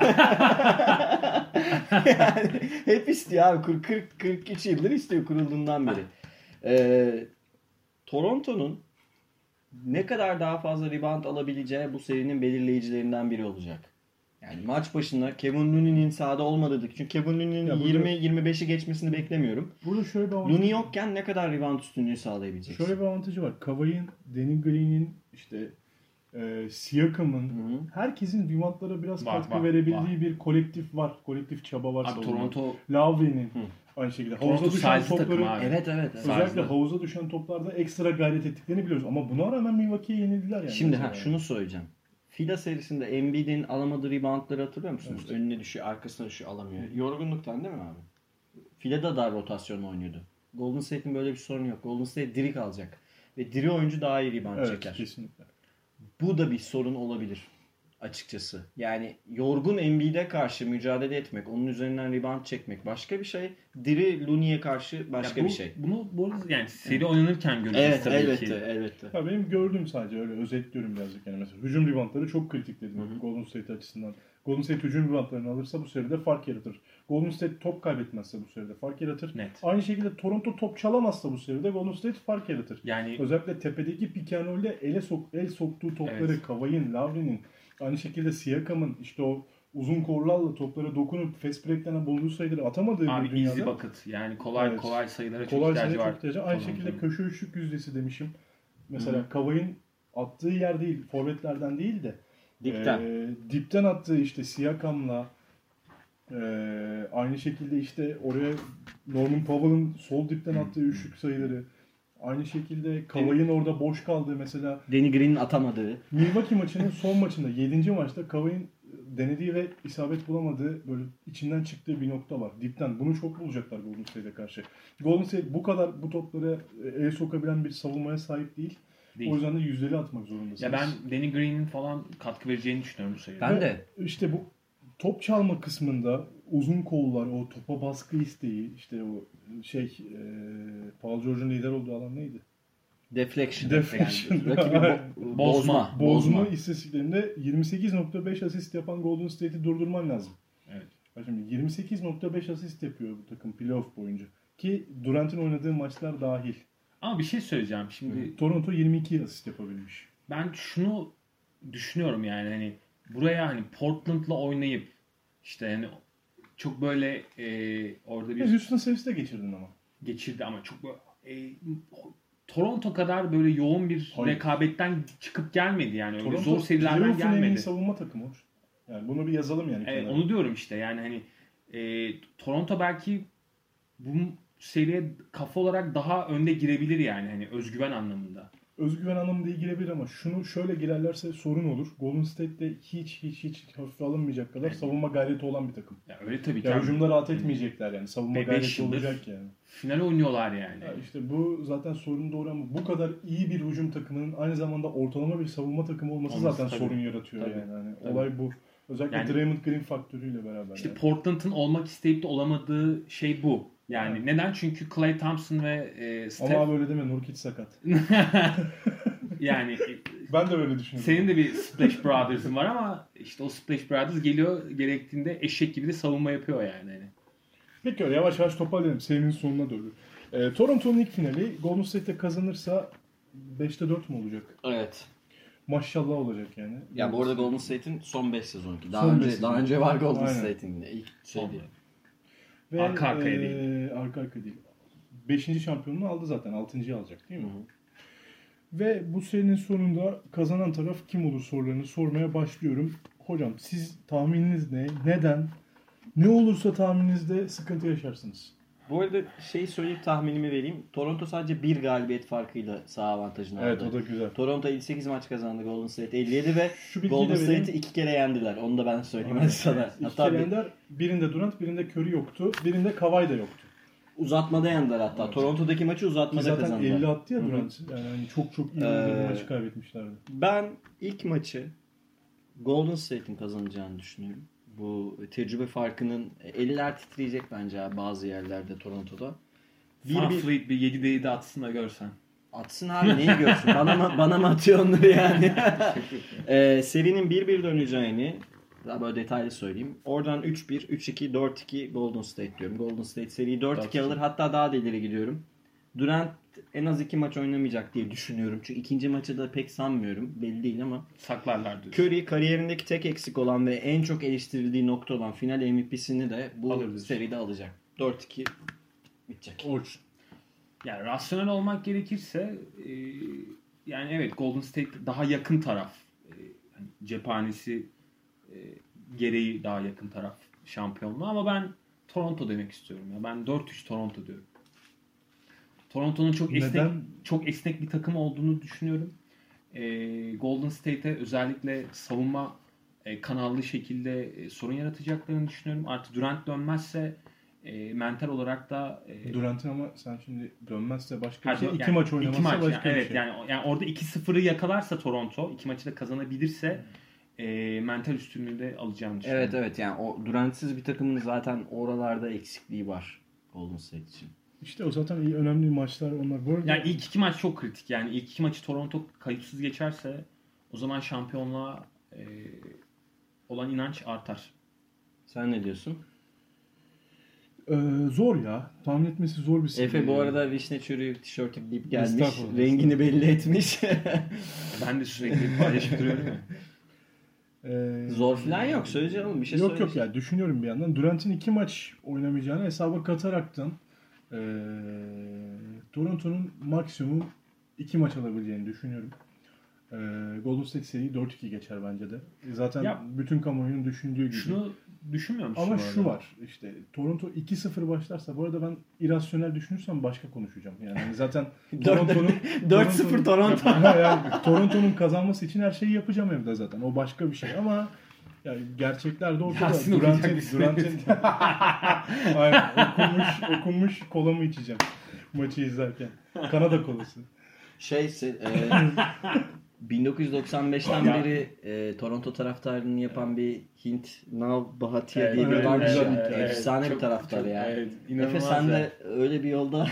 D: yani. Hep istiyor abi. kırk kırk üç yıldır istiyor kurulduğundan beri. Ee, Toronto'nun ne kadar daha fazla rebound alabileceği bu serinin belirleyicilerinden biri olacak. Yani maç başında Kevin Looney'nin sahada olmadığı, çünkü Kevin Looney'nin
C: Ya burada-
D: yirmi yirmi beşi geçmesini beklemiyorum.
C: Burada şöyle bir avantajı,
D: Looney yokken ne kadar rebound üstünlüğü sağlayabileceksin?
C: şöyle bir avantajı var. Kawhi'nin, Danny Green'in, işte e, Siakam'ın,
D: Hı hı.
C: herkesin reboundlara biraz
E: Var,
C: katkı
E: var,
C: verebildiği
E: var.
C: bir kolektif var. Kolektif çaba var.
E: Abi
C: savunmada.
E: Toronto
C: Lavri'nin
D: Hı.
C: aynı şekilde.
E: Toronto
C: Havuza düşen
E: size'lı takım
C: topları
E: abi.
D: Evet, evet. evet.
C: özellikle
E: Size'lı.
C: havuza düşen toplarda ekstra gayret ettiklerini biliyoruz. Ama buna rağmen Milwaukee'ye yenildiler yani.
D: Şimdi
C: mesela.
D: ha şunu söyleyeceğim. Fila serisinde Embiid'in alamadığı reboundları hatırlıyor musunuz?
C: Evet.
D: Önüne düşüyor, arkasına düşüyor, alamıyor. Yorgunluktan değil mi abi? Fila'da da rotasyon oynuyordu. Golden State'in böyle bir sorunu yok. Golden State diri kalacak. Ve diri oyuncu daha iyi rebound
C: Evet,
D: çeker.
C: kesinlikle.
D: Bu da bir sorun olabilir açıkçası. Yani yorgun Embiid'e karşı mücadele etmek, onun üzerinden rebound çekmek başka bir şey. Diri Looney'e karşı başka
E: Ya bu-
D: bir şey.
E: Bunu bu arada yani seri oynanırken göreceğiz
D: Evet,
E: tabii
D: elbette,
E: ki.
D: elbette.
C: Ya benim gördüğüm sadece öyle özetliyorum birazcık yani mesela hücum reboundları çok kritik dedim
D: Hı hı.
C: Golden State açısından. Golden State hücum reboundlarını alırsa bu seride fark yaratır. Golden State top kaybetmezse bu seride fark yaratır.
E: Net.
C: Aynı şekilde Toronto top çalamazsa bu seride Golden State fark yaratır.
E: Yani
C: Özellikle tepedeki pick and roll'de ele sok, el soktuğu topları
E: Evet.
C: Kawhi'nin, Lowry'nin, aynı şekilde Siakam'ın işte o uzun korlarla toplara dokunup fast break'lerine bulduğu sayıları atamadığı
E: abi
C: bir dünyada
E: easy bucket. Yani kolay
C: Evet.
E: kolay sayılara çok
C: kolay
E: ihtiyacı
C: sayıya
E: var.
C: çok ihtiyacı. Aynı
E: Toronto'nun.
C: şekilde köşe üçlük yüzdesi demişim. Mesela
E: Hı.
C: Kawhi'nin attığı yer değil, forvetlerden değil de
D: Dipten.
C: e, dipten attığı işte Siakam'la e, aynı şekilde işte oraya Norman Powell'ın sol dipten attığı üçlük sayıları, aynı şekilde Kawhi'nin orada boş kaldığı mesela
D: Danny Green'in atamadığı.
C: Milwaukee maçının son maçında yedinci maçta Kawhi'nin denediği ve isabet bulamadığı böyle içinden çıktığı bir nokta var. Dipten. Bunu çok bulacaklar Golden State'e karşı. Golden State bu kadar bu toplara el sokabilen bir savunmaya sahip değil.
E: Değil.
C: O yüzden de yüzdeli atmak zorundasınız.
E: Ya ben Danny Green'in falan katkı vereceğini düşünüyorum bu sayıda.
D: Ben
C: Ve
D: de.
C: İşte bu top çalma kısmında uzun kollar, o topa baskı isteği, işte o şey e, Paul George'un lider olduğu alan neydi?
D: Deflection.
C: Deflection.
D: Yani rakibi bo-
E: Bozma.
D: bozma.
C: Bozma istatistiklerinde yirmi sekiz nokta beş asist yapan Golden State'i durdurman lazım.
E: Evet.
C: Bak şimdi yirmi sekiz nokta beş asist yapıyor bu takım playoff boyunca. Ki Durant'in oynadığı maçlar dahil.
E: Ama bir şey söyleyeceğim. Şimdi
C: Toronto yirmi iki asist yapabilmiş.
E: ben şunu düşünüyorum yani hani buraya hani Portland'la oynayıp işte hani çok böyle e, orada
C: Ya
E: bir
C: Houston serisi de geçirdin ama.
E: geçirdi ama çok böyle e, Toronto kadar böyle yoğun bir
C: Hayır.
E: rekabetten çıkıp gelmedi yani öyle
C: Toronto
E: zor serilerden
C: playoff'un en iyi
E: gelmedi.
C: savunma takımı. Yani bunu bir yazalım yani.
E: Evet,
C: kenara.
E: onu diyorum işte yani hani e, Toronto belki bu seriye kafa olarak daha önde girebilir yani hani özgüven anlamında.
C: Özgüven anlamında iyi girebilir ama şunu şöyle girerlerse sorun olur. Golden State'de hiç hiç hiç hafife alınmayacak kadar
E: Evet.
C: savunma gayreti olan bir takım.
E: Ya öyle tabii ki.
C: Ya
E: abi.
C: hücumda rahat etmeyecekler yani. Savunma
E: Ve beş
C: gayreti
E: yıldır
C: olacak yani.
E: Final oynuyorlar yani.
C: Ya işte bu zaten sorun doğru ama bu kadar iyi bir hücum takımının aynı zamanda ortalama bir savunma takımı olması
E: Olması
C: zaten
E: tabii.
C: sorun yaratıyor
E: Tabii.
C: yani. Hani
E: Tabii.
C: olay bu. Özellikle
E: Yani-
C: Draymond Green faktörüyle beraber.
E: İşte
C: yani.
E: Portland'ın olmak isteyip de olamadığı şey bu. Yani
C: Evet.
E: neden? Çünkü Klay Thompson ve e, Steph
C: Ama abi öyle deme, Nurkic sakat.
E: yani e,
C: Ben de öyle düşünüyorum.
E: senin de bir Splash Brothers'ın var ama işte o Splash Brothers geliyor gerektiğinde eşek gibi de savunma yapıyor yani. Hani.
C: Peki öyle yavaş yavaş toparlayalım. Serinin sonuna doğru. Ee, Toronto'nun ilk finali Golden State'e kazanırsa beşte dört mü olacak?
D: Evet.
C: Maşallah olacak yani.
D: Ya bu arada Golden State'in son beş sezonki. Daha
C: Son
D: önce
C: beş
D: daha
C: sezon.
D: önce var Golden
C: Aynen.
D: State'in de ilk şey
E: Son.
D: değil.
C: Ve,
E: Arka arkaya
C: e,
E: değil.
C: Arka arkaya değil. Beşinci şampiyonluğu aldı zaten. Altıncıyı alacak değil mi? Ve bu serinin sonunda kazanan taraf kim olur sorularını sormaya başlıyorum. Hocam siz tahmininiz ne? Neden? Ne olursa tahmininizde sıkıntı yaşarsınız.
D: Bu arada şeyi söyleyip tahminimi vereyim. Toronto sadece bir galibiyet farkıyla saha avantajını
C: Evet
D: aldı.
C: o da güzel.
D: Toronto elli sekiz maç kazandı. Golden State elli yedi ve
C: Şu bilgiyi
D: Golden
C: de vereyim.
D: State'i iki kere yendiler. Onu da ben söyleyeyim hadi sana.
C: İki
D: Hatta
C: kere
D: bir
C: Ender, birinde Durant, birinde Curry yoktu. Birinde Kawhi da yoktu.
D: uzatmada yendiler hatta.
C: Evet.
D: Toronto'daki maçı
C: Ki
D: uzatmada
C: zaten
D: kazandılar.
C: elli attı ya
D: Hı hı.
C: Durant. Yani hani çok çok iyi
D: Ee,
C: bir maçı kaybetmişlerdi.
D: Ben ilk maçı Golden State'in kazanacağını düşünüyorum. Bu tecrübe farkının eller titreyecek bence abi bazı yerlerde Toronto'da. Bir
E: Van
D: bir
E: Fleet bir yedide yedi atsın da görsen.
D: atsın abi neyi görsün? Bana mı, bana mı atıyor onları yani? ee, serinin bir bir döneceğini daha böyle detaylı söyleyeyim. Oradan üç bir, üç iki, dört iki Golden State diyorum. Golden State seriyi dört iki
E: dört iki.
D: alır. Hatta daha da ileri gidiyorum. Durant en az iki maç oynamayacak diye düşünüyorum. Çünkü ikinci maçı da pek sanmıyorum. Belli değil ama.
E: Saklarlar diyorsun.
D: Curry kariyerindeki tek eksik olan ve en çok eleştirildiği nokta olan final M V P'sini de bu
E: Alır diyorsun.
D: seride alacak. dört iki bitecek.
C: Orç.
E: Yani rasyonel olmak gerekirse e, yani evet Golden State daha yakın taraf. E, hani cephanesi e, gereği daha yakın taraf şampiyonluğu ama ben Toronto demek istiyorum ya. Ben dört üç Toronto diyorum. Toronto'nun çok esnek
C: Neden?
E: çok esnek bir takım olduğunu düşünüyorum. E, Golden State'e özellikle savunma e, kanallı şekilde e, sorun yaratacaklarını düşünüyorum. Artı Durant dönmezse e, mental olarak da e,
C: Durant'ın ama sen şimdi dönmezse başka
E: Ha,
C: bir şey.
E: yani
C: iki maç oynamazsa
E: iki maç,
C: başka
E: yani,
C: bir
E: evet,
C: şey.
E: yani, yani orada iki sıfırı yakalarsa Toronto, iki maçı da kazanabilirse e, mental üstünlüğü de alacağını düşünüyorum.
D: Evet evet yani o Durant'siz bir takımın zaten oralarda eksikliği var Golden State için.
C: İşte o zaten iyi önemli maçlar onlar. Bu arada
E: Yani ilk iki maç çok kritik. Yani ilk iki maçı Toronto kayıpsız geçerse o zaman şampiyonluğa e, olan inanç artar.
D: Sen ne diyorsun?
C: Ee, zor ya. Tahmin etmesi zor bir seri.
D: Efe bu arada vişne çürüğü tişörtü giyip gelmiş.
C: Estağfurullah.
D: Rengini belli etmiş.
E: Ben de sürekli paylaşıp duruyorum ya.
C: Ee,
D: Zor falan yok. Söyleyeceğim oğlum. Bir şey
C: Yok
D: söyle.
C: yok ya, düşünüyorum bir yandan. Durant'in iki maç oynamayacağını hesaba kataraktan ee, Toronto'nun maksimum iki maç alabileceğini düşünüyorum. Ee, Golden State seriyi dört iki geçer bence de. Zaten
E: Ya,
C: bütün kamuoyunun düşündüğü gibi.
E: Şunu düşünmüyor musun?
C: Ama
E: bu
C: şu
E: arada?
C: var işte, Toronto iki sıfır başlarsa, bu arada ben irasyonel düşünürsem başka konuşacağım. Yani hani zaten Toronto'nun
D: dört sıfır Toronto.
C: yani Toronto'nun kazanması için her şeyi yapacağım evde zaten. O başka bir şey ama yani gerçekler de ortada.
E: Yasin
C: Durant'in
E: okuyacak
C: Durant'in Aynen, okunmuş okunmuş kolamı içeceğim maçı izlerken. Kanada kolası.
D: Şey e, bin dokuz yüz doksan beşten beri e, Toronto taraftarını yapan bir Hint Nav Bhatia diye bir
C: Evet,
D: varmış
C: evet,
D: ya.
C: evet, evet.
D: Efsane
E: Çok-
D: bir taraftar
E: çok-
D: ya.
E: evet,
D: Efe
E: inanılmaz
D: sen
E: ya.
D: de öyle bir yolda.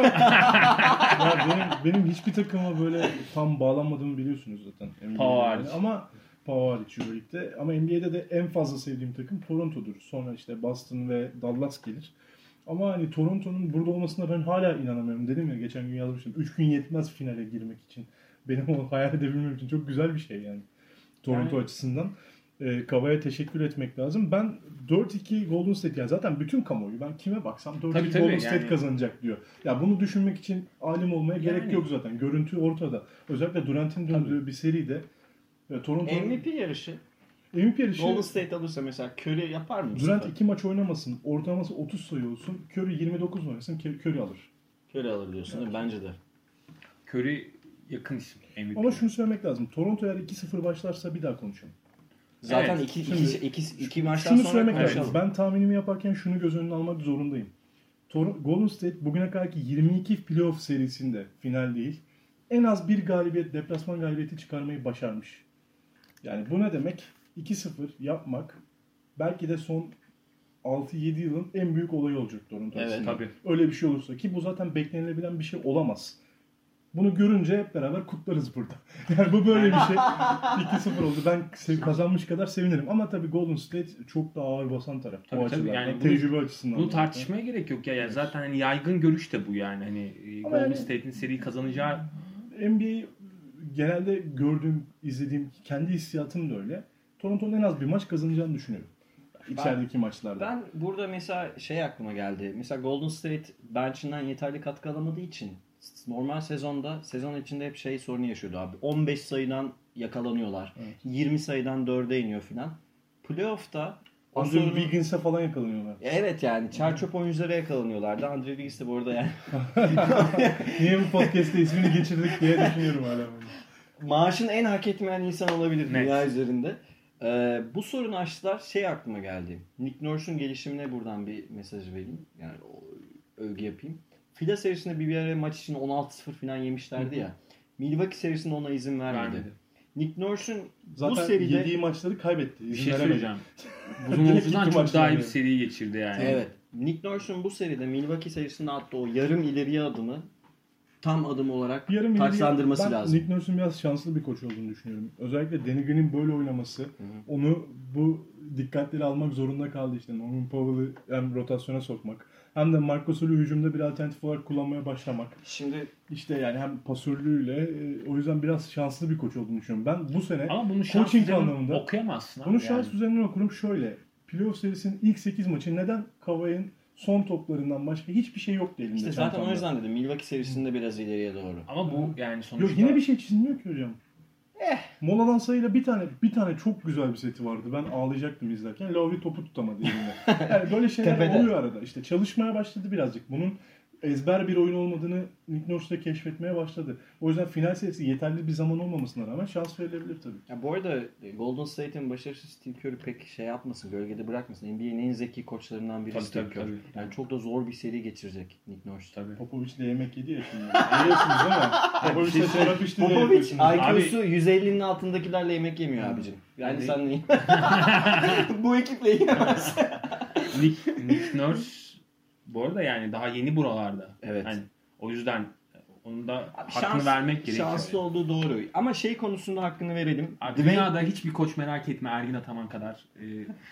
C: Ya benim benim hiçbir takıma böyle tam bağlanmadığımı biliyorsunuz zaten. N B A'de.
E: Pau hariç.
C: Ama Pau hariç Euroleague'de. Ama N B A'de de en fazla sevdiğim takım Toronto'dur. Sonra işte Boston ve Dallas gelir. Ama hani Toronto'nun burada olmasına ben hala inanamıyorum. Dedim ya, geçen gün yazmıştım. üç gün yetmez finale girmek için. Benim o hayal edebilmem için çok güzel bir şey yani. Toronto
E: Yani-
C: açısından. E, Kava'ya teşekkür etmek lazım. Ben dört iki Golden State, yani zaten bütün kamuoyu, ben kime baksam dört iki
E: Tabii, tabii,
C: Golden State
E: yani-
C: kazanacak diyor. Ya bunu düşünmek için alim olmaya
E: Yani-
C: gerek yok zaten. Görüntü ortada. Özellikle Durant'in döndüğü bir seride e, Toronto'nun
D: M V P yarışı.
C: M V P yarışı.
D: Golden State alırsa mesela Curry yapar mı? bu
C: Durant
D: sefer?
C: iki maç oynamasın, ortalaması otuz sayı olsun, Curry yirmi dokuz oynasın, Curry alır.
D: Curry alır diyorsun değil mi? Bence de.
E: Curry yakın isim. M V P.
C: Ama şunu söylemek lazım. Toronto eğer iki sıfır başlarsa bir daha konuşalım.
D: Zaten
E: Evet,
D: iki,
C: şimdi-
D: iki, iki, iki maçtan
C: Şunu
D: sonra
C: söylemek
D: konuşalım.
C: lazım. Ben tahminimi yaparken şunu göz önüne almak zorundayım. Tor- Golden State bugüne kadarki yirmi iki playoff serisinde, final değil, en az bir galibiyet, deplasman galibiyeti çıkarmayı başarmış. Yani bu ne demek? iki sıfır yapmak belki de son altı yedi yılın en büyük olayı olacak Toronto
D: Evet,
C: açısından.
E: tabii.
C: Öyle bir şey olursa, ki bu zaten beklenilebilen bir şey olamaz. Bunu görünce hep beraber kutlarız burada. Yani bu böyle bir şey. iki sıfır oldu. Ben sev- kazanmış kadar sevinirim. Ama tabii Golden State çok daha ağır basan taraf.
E: Tabii,
C: o
E: tabii.
C: açıdan.
E: Yani bunu-
C: Tecrübe açısından.
E: Bunu tartışmaya gerek yok ya. Yani zaten hani yaygın görüş de bu yani. Hani e,
C: Ama
E: Golden
C: yani-
E: State'in seriyi kazanacağı
C: N B A'yi genelde gördüğüm, izlediğim, kendi hissiyatım da öyle. Toronto'nun en az bir maç kazanacağını düşünüyorum. İçerideki maçlarda.
D: Ben burada mesela şey aklıma geldi. Mesela Golden State bench'inden yeterli katkı alamadığı için normal sezonda, sezon içinde hep şey sorunu yaşıyordu abi. on beş sayıdan yakalanıyorlar.
C: Evet.
D: yirmi sayıdan dörde iniyor filan. Playoff'ta o
C: Andrew
D: sorunu...
C: Wiggins'e falan yakalanıyorlar.
D: Evet yani çerçöp oyunculara yakalanıyorlardı. Andre Wiggins de bu arada yani
C: Niye bu podcast'te ismini geçirdik diye düşünüyorum hala.
D: maaşın en hak etmeyen insan olabilir
E: Net.
D: dünya üzerinde. Ee, bu sorunu aştılar. Şey aklıma geldi. Nick Nurse'un gelişimine buradan bir mesaj vereyim. Yani o, övgü yapayım. Fila serisinde bir ara maç için on altı sıfır falan yemişlerdi ya. Milwaukee serisinde ona izin vermedi.
E: vermedi.
D: Nick Nurse'un bu
C: Zaten
D: seride...
C: yediği maçları kaybetti.
E: Bir
C: İzin
E: şey
C: veremedi.
E: söyleyeceğim. Buzun
C: Direkt
E: olcudan
C: gitti
E: çok daha iyi bir
C: maçlar.
E: seri geçirdi yani.
D: Evet. Nick Nurse'un bu seride Milwaukee serisinde attığı o yarım ileriye adımı tam adım olarak
C: Yarım
D: taçlandırması
C: ben
D: lazım.
C: Nick Nurse'un biraz şanslı bir koç olduğunu düşünüyorum. Özellikle Danny Green'in böyle oynaması, onu bu dikkatleri almak zorunda kaldı işte. Norman Powell'ı hem rotasyona sokmak, hem de Marc Gasol'ü hücumda bir alternatif olarak kullanmaya başlamak.
D: Şimdi
C: İşte yani hem pasörlüğüyle, e, o yüzden biraz şanslı bir koç olduğunu düşünüyorum. Ben bu sene
E: Ama bunu şans
C: coaching
E: üzerinden
C: anlamında
E: okuyamazsın abi
C: bunu şans
E: yani.
C: üzerinden okurum şöyle. Playoff serisinin ilk sekiz maçı neden Kavai'nin son toplarından başka hiçbir şey yoktu elinde.
D: işte zaten
C: çantamda.
D: o yüzden dedim. Milwaukee serisinde biraz ileriye doğru.
E: Ama bu yani sonuçta...
C: Yok, yine bir şey çizmiyor ki hocam. Eh. Moladan sayıyla bir tane bir tane çok güzel bir seti vardı. Ben ağlayacaktım izlerken. Lowry topu tutamadı elinde. Yani böyle şeyler
D: Tepede.
C: oluyor arada. İşte çalışmaya başladı birazcık. Bunun ezber bir oyun olmadığını Nick Nurse da keşfetmeye başladı. O yüzden final serisi yeterli bir zaman olmamasına rağmen şans verilebilir tabii.
D: Ya bu arada Golden State'in başarısı Steve Curry pek şey yapmasın, gölgede bırakmasın. N B A'nin en zeki koçlarından biri
E: Tabii,
D: Steve
E: tabii,
D: Curry.
E: tabii.
D: Yani çok da zor bir seri geçirecek Nick Nurse.
E: Tabii.
C: Popovic de yemek yedi ya şimdi. Biliyorsunuz değil mi? Popovic de sonra pişti diye
D: Popovic
C: yapıyorsunuz.
D: I Q'su yüz ellinin altındakilerle yemek yemiyor abicim. Yani
E: Yani-
D: sen bu ekiple yiyemez.
E: Nick, Nick Nurse bu arada yani daha yeni buralarda.
D: Evet.
E: Yani o yüzden Onun da
D: Abi
E: hakkını
D: şans-
E: vermek gerekiyor.
D: Şanslı olduğu doğru. Ama şey konusunda hakkını verelim.
E: Abi
D: Dwayne-
E: dünyada hiçbir koç merak etme Ergin Ataman kadar e,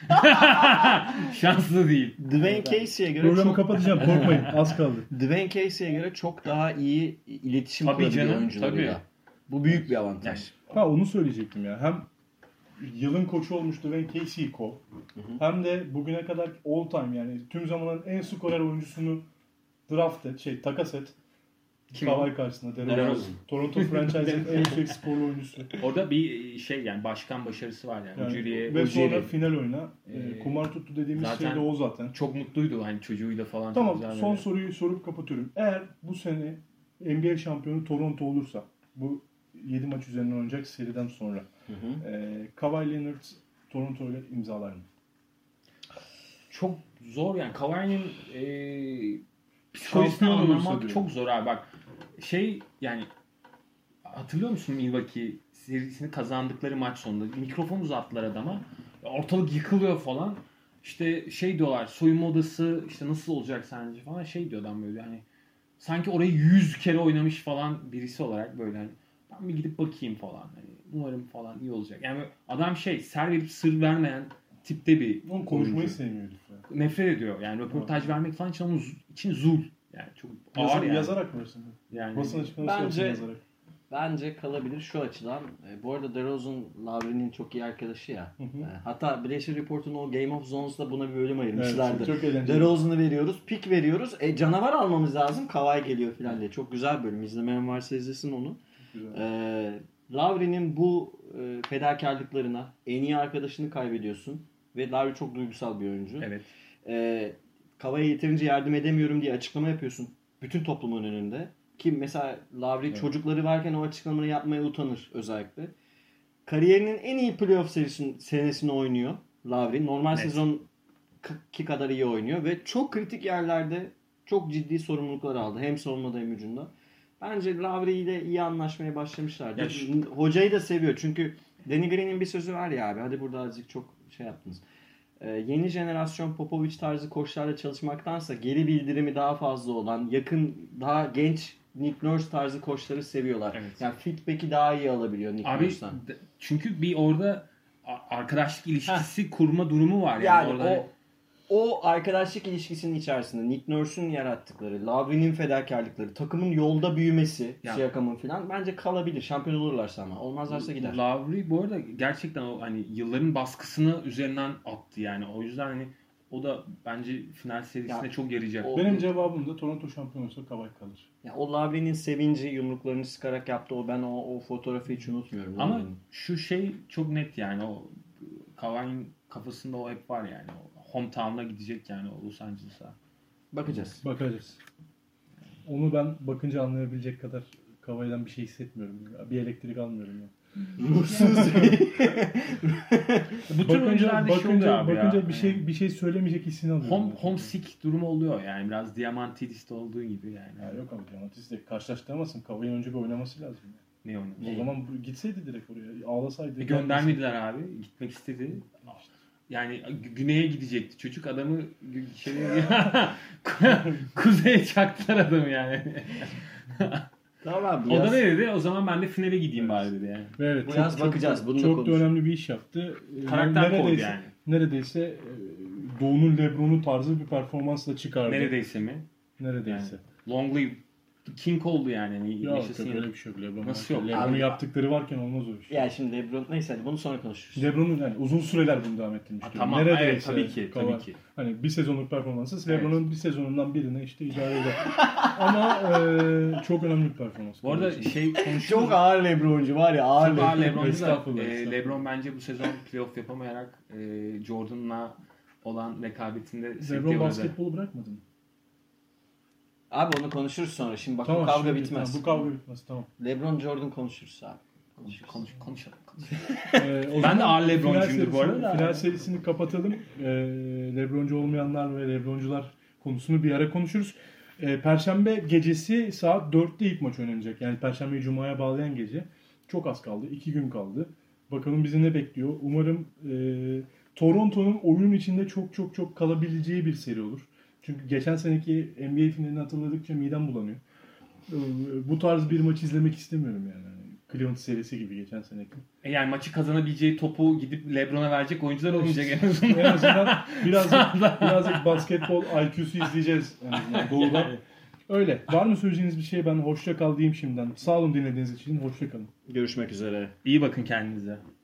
E: şanslı değil.
D: Dwayne Casey'e göre
C: Programı
D: çok
C: kapatacağım, korkmayın, az kaldı.
D: Dwayne Casey'e göre çok daha iyi iletişim
E: Tabii
D: kurabiliyor
E: canım,
D: oyuncularıyla.
E: tabii.
D: Bu büyük bir avantaj.
E: Yani
C: Ha onu söyleyecektim ya. Hem yılın koçu olmuş Dwayne Casey'i kov. Hem de bugüne kadar all time yani tüm zamanların en skorer oyuncusunu draft et, şey takas et.
E: Kim
C: Kawhi karşısında DeRozan.
D: DeRozan.
C: Toronto franchise'in en yüksek skorlu oyuncusu.
E: orada bir şey yani başkan başarısı var yani.
C: Yani,
E: Ujiri'ye-
C: ve sonra
D: Ujiri.
C: final oyna.
E: Ee,
C: E, kumar tuttu dediğimiz
E: zaten
C: şey de o zaten.
E: çok mutluydu hani çocuğuyla falan.
C: Tamam,
E: çok güzel
C: son
E: böyle.
C: soruyu sorup kapatıyorum. Eğer bu sene N B A şampiyonu Toronto olursa, bu yedi maç üzerinden oynayacak seriden sonra,
D: Hı hı.
C: e, Kawhi Leonard Toronto'ya imzalar mı?
E: Çok zor yani Kawhi'nin e, psikolojisini
C: Şampiyon olursa
E: anlamak
C: diyorum.
E: çok zor abi bak. Şey yani hatırlıyor musun Milwaukee serisini kazandıkları maç sonunda mikrofon uzattılar adama. Ortalık yıkılıyor falan. İşte şey diyorlar soyunma odası işte nasıl olacak sence falan şey diyor adam böyle hani sanki orayı yüz kere oynamış falan birisi olarak böyle hani ben bir gidip bakayım falan hani umarım falan iyi olacak. Yani adam şey ser verip sır vermeyen tipte bir
C: Onun konuşmayı
E: oyuncu.
C: sevmiyor herif ya.
E: Nefret ediyor. Yani röportaj vermek falan için onun z- için zul. Yani çok ağır
C: Yazar,
E: yani.
C: Yazarak versin.
E: Yani
C: Basın açıklaması
D: Bence-
C: yapsın yazarak.
D: Bence kalabilir şu açıdan. E, bu arada DeRozan Lowry'nin çok iyi arkadaşı ya.
C: Hı hı.
D: E, hatta Bleacher Report'un o Game of Zones'da buna bir bölüm ayırmışlardı.
C: Evet, çok eğlenceli.
D: DeRozan'ı veriyoruz, pick veriyoruz. E, canavar almamız lazım. Kawhi geliyor falan diye. Çok güzel bir bölüm. İzlemeyen varsa izlesin onu.
C: Güzel.
D: E, Lowry'nin bu e, fedakarlıklarına en iyi arkadaşını kaybediyorsun. Ve Lowry çok duygusal bir oyuncu.
E: evet.
D: E, Kawhi'ye yeterince yardım edemiyorum diye açıklama yapıyorsun. Bütün toplumun önünde. Ki mesela Lowry
C: Evet.
D: çocukları varken o açıklamayı yapmaya utanır özellikle. Kariyerinin en iyi playoff serisini, senesini oynuyor Lowry. Normal
E: Net.
D: sezon ki kadar iyi oynuyor ve çok kritik yerlerde çok ciddi sorumluluklar aldı. Hem savunmada hem hücumda. Bence Lowry ile iyi anlaşmaya başlamışlardı.
E: Ya şu-
D: Hocayı da seviyor çünkü Danny Green'in bir sözü var ya abi. Hadi burada azıcık çok şey yaptınız. Ee, yeni jenerasyon Popovich tarzı koçlarla çalışmaktansa geri bildirimi daha fazla olan, yakın, daha genç Nick Nurse tarzı koçları seviyorlar.
E: Evet.
D: Yani feedback'i daha iyi alabiliyor Nick
E: Abi
D: Nurse'dan.
E: d- çünkü bir orada a- arkadaşlık ilişkisi kurma durumu var yani,
D: Yani
E: orada.
D: o o arkadaşlık ilişkisinin içerisinde Nick Nurse'un yarattıkları, Lowry'nin fedakarlıkları, takımın yolda büyümesi,
E: Ya.
D: Siakam'ın falan bence kalabilir. Şampiyon olurlarsa ama. Olmazlarsa gider.
E: Lowry bu arada gerçekten o hani yılların baskısını üzerinden attı yani. O yüzden hani o da bence final serisinde
D: Ya,
E: çok yarayacak.
D: o-
C: Benim cevabım da Toronto şampiyon olsa Kawhi kalır.
D: Ya o Lowry'nin sevinci, yumruklarını sıkarak yaptı. O ben o, o fotoğrafı hiç unutmuyorum.
E: Ama
D: Lowry'nin.
E: şu şey çok net yani o Kawhi'nin kafasında o hep var yani. O hometown'a gidecek yani o Los Angeles'a.
D: Bakacağız.
C: Bakacağız. Onu ben bakınca anlayabilecek kadar Kawhi'den bir şey hissetmiyorum. Bir elektrik almıyorum ya.
E: Bu tür
C: Bakınca
E: oyuncularda şey oluyor
C: bakınca
E: abi
C: bakınca
E: ya.
C: bir şey bir şey söylemeyecek hissini alıyorum.
E: Home, homesick durumu oluyor yani biraz Diamantidis'te olduğu gibi yani.
C: Ya yok ama Giannis'le karşılaştıramazsın. Kawhi'nin önce bir oynaması lazım. Yani.
E: Ne oynuyor?
C: O zaman bu- gitseydi direkt oraya. Ağlasaydı.
E: E, göndermediler abi. Gitmek istedi. Yani gü- güneye gidecekti. Çocuk adamı gü- şey, kuzeye çaktılar adamı yani.
D: Tamam abi. Bu
E: O da
D: yaz,
E: ne dedi? O zaman ben de finale gideyim bari dedi yani.
C: Ve evet,
D: Bu
C: çok,
D: yaz
C: çok,
D: bakacağız, bunu da
C: çok da
D: konuşuruz.
C: önemli bir iş yaptı. Ee,
E: Karakter koydu
C: neredeyse,
E: yani.
C: Neredeyse e, Doğu'nun Lebron'u tarzı bir performansla çıkardı.
E: Neredeyse mi?
C: Neredeyse.
E: Long live the king oldu yani. yani
C: Ya
E: yaşasın
C: yok
E: ya.
C: öyle bir şey yok. Lebron
E: Nasıl yok?
C: Lebron'un
D: Abi-
C: yaptıkları varken olmaz o iş.
D: ya şimdi LeBron neyse hadi bunu sonra konuşuruz.
C: Lebron'un yani uzun süreler bunu devam ettirmiş.
E: Ha,
C: diyorum.
E: tamam,
C: Neredeyse
E: evet, tabii ki, tabii
C: Kawhi-
E: ki.
C: Hani bir sezonluk performansı Lebron'un bir sezonundan birine işte idare eder. Ama e, çok önemli bir performans.
E: Bu arada
C: Kawhi için.
E: şey konuşuyoruz.
D: Çok ağır LeBroncu var ya ağır.
E: Çok ağır
D: LeBron.
E: LeBron'cu da,
C: Estağfurullah,
E: e,
C: estağfurullah.
E: LeBron bence bu sezon playoff yapamayarak e, Jordan'la olan rekabetinde
C: Lebron
E: sekteye uğradı.
C: basketbolu bırakmadı mı?
D: Abi onu konuşuruz sonra. Şimdi bak
C: Tamam,
D: bu kavga
C: şimdi-
D: bitmez.
C: tamam, bu kavga bitmez tamam.
D: LeBron Jordan konuşuruz abi.
E: Konuş, konuş, konuşalım. konuşalım.
C: Ee, o
E: Ben
C: zaman
E: de ağır
C: final
E: LeBroncuyumdur bu
C: serisini-
E: arada da.
C: Final serisini kapatalım. Ee, Lebroncu olmayanlar ve Lebroncular konusunu bir ara konuşuruz. Ee, Perşembe gecesi saat dörtte ilk maç oynanacak. Yani Perşembeyi Cuma'ya bağlayan gece. Çok az kaldı. iki gün kaldı. Bakalım bizi ne bekliyor. Umarım e, Toronto'nun oyun içinde çok çok çok kalabileceği bir seri olur. Çünkü geçen seneki N B A finalini hatırladıkça midem bulanıyor. bu tarz bir maç izlemek istemiyorum yani. Cleveland serisi gibi geçen seneki.
E: E yani maçı kazanabileceği topu gidip LeBron'a verecek oyuncular olacak en azından.
C: En azından birazcık, birazcık basketbol I Q'su izleyeceğiz. En azından doğuda. Öyle. Var mı söyleyeceğiniz bir şey? Ben hoşça kal diyeyim şimdiden. Sağ olun dinlediğiniz için. Hoşça kalın.
D: Görüşmek üzere.
E: İyi bakın kendinize.